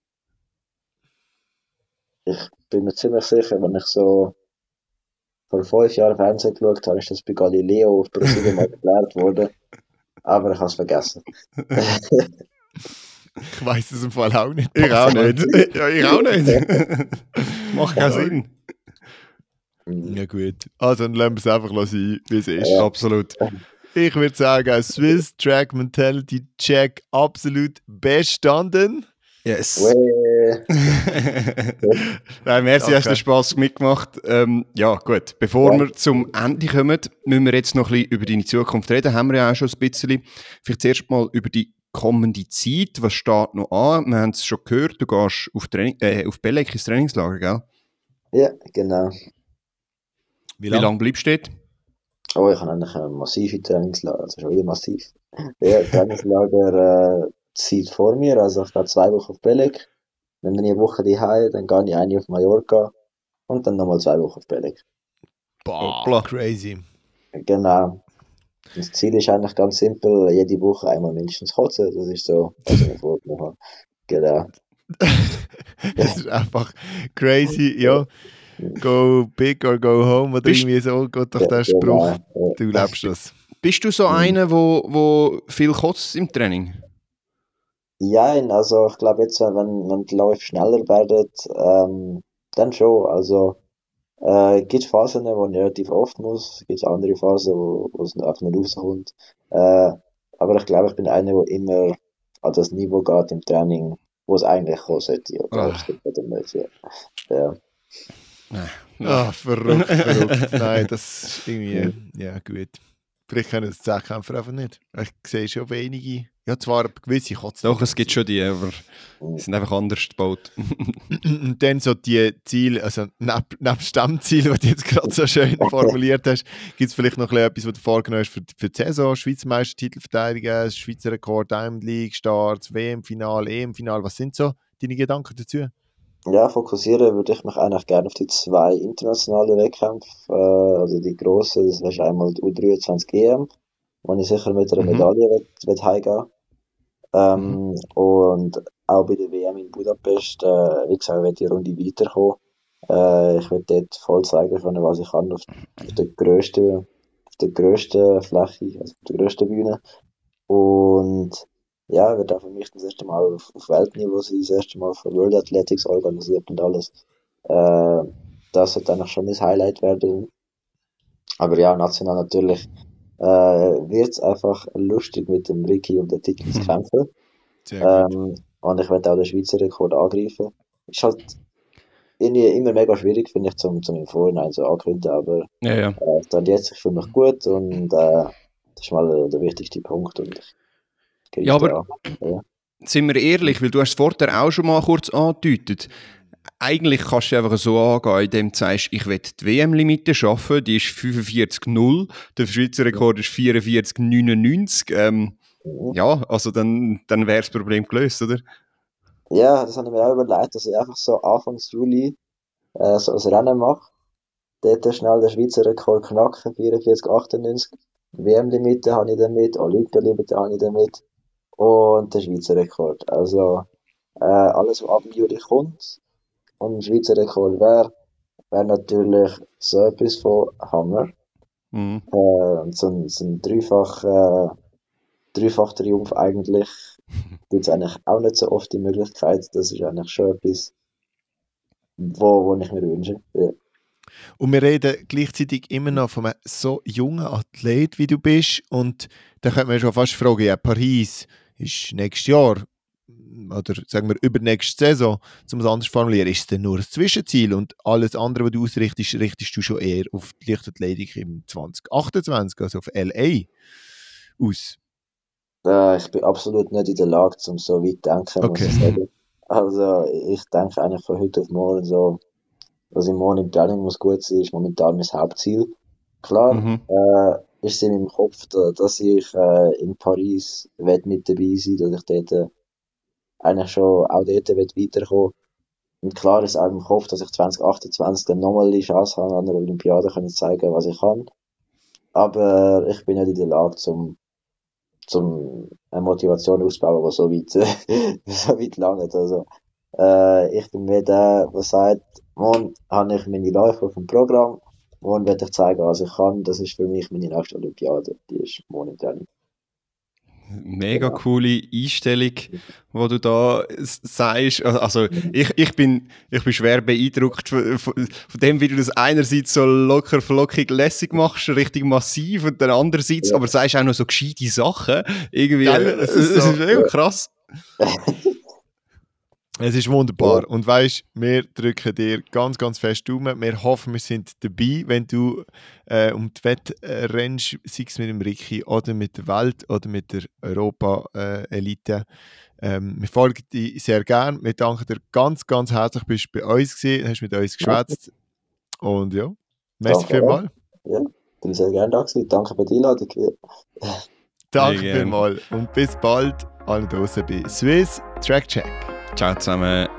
S2: Ich bin mir ziemlich sicher, wenn ich so vor fünf Jahren Fernsehen geschaut habe, ist das bei Galileo auf ProSieben mal erklärt worden. Aber ich habe es vergessen.
S3: Ich weiss es im Fall auch nicht.
S1: Ich auch nicht. Ja, ich auch nicht. Macht keinen Sinn.
S3: Ja gut, also dann lassen wir es einfach sein, wie es ist.
S1: Ja. Absolut.
S3: Ich würde sagen, Swiss Track Mentality Check absolut bestanden.
S1: Yes.
S2: Weh.
S1: Nein, merci,
S3: Okay.
S1: hast du Spass mitgemacht. Ähm, ja, gut. Bevor
S2: Ja.
S1: wir zum Ende kommen, müssen wir jetzt noch ein bisschen über deine Zukunft reden. Haben wir ja auch schon ein bisschen. Vielleicht zuerst mal über die kommende Zeit. Was steht noch an? Wir haben es schon gehört, du gehst auf, Training, äh, auf Belek ins Trainingslager, gell?
S2: Ja, genau.
S3: Wie
S1: Wie lange bleibst du dort?
S2: Oh, ich habe eigentlich eine massive Trainingslage, also schon wieder massiv. Ja, Trainingslager äh, zieht vor mir, also ich gehe zwei Wochen auf Belek, dann bin ich eine Woche daheim, dann gehe ich eine auf Mallorca und dann nochmal zwei Wochen auf Belek.
S3: Boah,
S1: Hoppla.
S3: crazy.
S2: Genau. Das Ziel ist eigentlich ganz simpel, jede Woche einmal mindestens kotzen, das ist so, was ich mir vorgenommen habe. Genau.
S3: Das ist einfach crazy, ja. Go big or go home oder
S1: Bist-
S3: irgendwie so, geht doch
S2: Ja,
S3: der Spruch.
S2: genau.
S3: Du lebst das.
S1: Bist du so
S2: Mhm.
S1: einer, wo, wo viel kotzt im Training?
S2: Ja, also ich glaube jetzt, wenn, wenn die Läufe schneller werden, ähm, dann schon. Also äh, gibt Phasen, wo ich relativ oft muss, gibt andere Phasen, wo, wo es einfach nicht rauskommt. Äh, aber ich glaube, ich bin einer, der immer an das Niveau geht im Training, wo es eigentlich kommen sollte. Oder
S1: Ah.
S2: ob es gibt oder nicht. Ja. Ja.
S3: Ah, verrückt, verrückt. Nein, das ist irgendwie, ja gut. Vielleicht können das Zehnkämpfer einfach nicht. Ich sehe schon wenige, ja zwar gewisse kotzen.
S1: Doch, es gibt schon die, aber die sind einfach anders gebaut.
S3: Und dann so die Ziele, also neb, nebst dem Ziel, das du jetzt gerade so schön formuliert hast, gibt es vielleicht noch ein bisschen etwas, was du vorgenommen hast für, die- für die Saison, Schweizer Meistertitel verteidigen, Schweizer Rekord, Diamond League, Starts, W M-Final, E M-Final, was sind so deine Gedanken dazu?
S2: Ja, fokussieren würde ich mich eigentlich gerne auf die zwei internationalen Wettkämpfe, äh, also die grossen, das ist einmal die U dreiundzwanzig E M, wo ich sicher mit einer
S1: Mhm.
S2: Medaille will, will heimgehen. Ähm, und auch bei der W M in Budapest, äh, wie gesagt, will die Runde weiterkommen. Äh, ich will dort voll zeigen können, was ich kann auf, auf der grössten, auf der grössten Fläche, also auf der grössten Bühne. Und ja, wird auch für mich das erste Mal auf, auf Weltniveau sein, das erste Mal von World Athletics organisiert und alles. Äh, das wird eigentlich schon mein Highlight werden. Aber ja, national natürlich äh, wird es einfach lustig mit dem Ricky um den Titel zu kämpfen.
S3: Sehr gut.
S2: Ähm, und ich werde auch den Schweizer Rekord angreifen. Ist halt irgendwie immer mega schwierig, finde ich, zum, zum im Vorhinein so ankündigen, aber
S1: Ja, ja.
S2: äh, dann jetzt, ich fühle mich gut und äh, das ist mal äh, der wichtigste Punkt und ich greife
S1: Ja,
S2: den
S1: aber
S2: an. Ja.
S1: sind wir ehrlich, weil du hast es vorher auch schon mal kurz angedeutet. Eigentlich kannst du einfach so angehen, indem du sagst, ich will die W M-Limite schaffen, die ist fünfundvierzig null, der Schweizer Rekord ist vierundvierzig neunundneunzig. Ähm,
S2: Mhm.
S1: ja, also dann, dann wäre das Problem gelöst, oder?
S2: Ja, das habe ich mir auch überlegt, dass ich einfach so Anfang Juli äh, so ein Rennen mache, dort schnell den Schweizer Rekord knacken, vierundvierzig achtundneunzig. W M-Limite habe ich damit, Olympia-Limite habe ich damit und den Schweizer Rekord. Also äh, alles, was ab dem Juli kommt und ein Schweizer Rekord wäre, wäre natürlich so etwas von Hammer.
S1: Mhm.
S2: Äh, und so ein, so ein dreifach, äh, dreifach Triumph eigentlich gibt es eigentlich auch nicht so oft die Möglichkeit. Das ist eigentlich schon etwas, wo, wo ich mir wünsche. Ja.
S3: Und wir reden gleichzeitig immer noch von einem so jungen Athlet, wie du bist. Und da könnte man schon fast fragen, ja, Paris ist nächstes Jahr oder sagen wir übernächste Saison, um es anders zu formulieren, ist es dann nur ein Zwischenziel und alles andere, was du ausrichtest, richtest du schon eher auf die Leichtathletik im zwanzig achtundzwanzig, also auf L A aus.
S2: Äh, ich bin absolut nicht in der Lage, um so weit zu denken, muss
S3: Okay.
S2: ich sagen. Also ich denke eigentlich von heute auf morgen so, was im Morgen im Training muss gut sein, ist momentan mein Hauptziel. Klar,
S1: Mhm.
S2: äh, ist es in meinem Kopf, da, dass ich äh, in Paris will mit dabei sein, dass ich dort äh, eigentlich schon auch dort will weiterkommen. Und klar ist auch im Kopf, dass ich zwanzig achtundzwanzig dann nochmal die Chance habe, an der Olympiade können zu zeigen, was ich kann. Aber ich bin nicht in der Lage, zum, zum eine Motivation auszubauen, die so weit, so weit langt. Also, äh, ich bin mehr der, der sagt, morgen habe ich meine Läufe auf dem Programm, morgen werde ich zeigen, was ich kann. Das ist für mich meine nächste Olympiade. Die ist morgen im Training.
S1: Mega
S2: Genau.
S1: coole Einstellung, wo du da s- sagst. Also ich, ich, bin, ich bin schwer beeindruckt von, von von dem, wie du das einerseits so locker, flockig, lässig machst, richtig massiv, und dann andererseits,
S2: Ja.
S1: aber sagst auch noch so gescheite Sachen. Irgendwie,
S3: Gell?
S1: es
S3: Es ist
S1: ist,
S3: so.
S1: mega krass.
S3: Es ist wunderbar. Und weisst, wir drücken dir ganz, ganz fest Daumen. Wir hoffen, wir sind dabei, wenn du äh, um die Wette äh, rennst, sei es mit dem Ricky oder mit der Welt oder mit der Europa-Elite. Ähm, wir folgen dir sehr gern. Wir danken dir ganz, ganz herzlich, bist du bei uns gewesen, hast mit uns geschwätzt. Und ja, merci
S2: Danke auch.
S3: vielmals.
S2: Ja, bin sehr gerne da gewesen. Danke für die Einladung. Ja.
S3: Danke
S1: Sehr gern.
S3: vielmals und bis bald alle draußen bei Swiss Track Check.
S1: Ciao zusammen.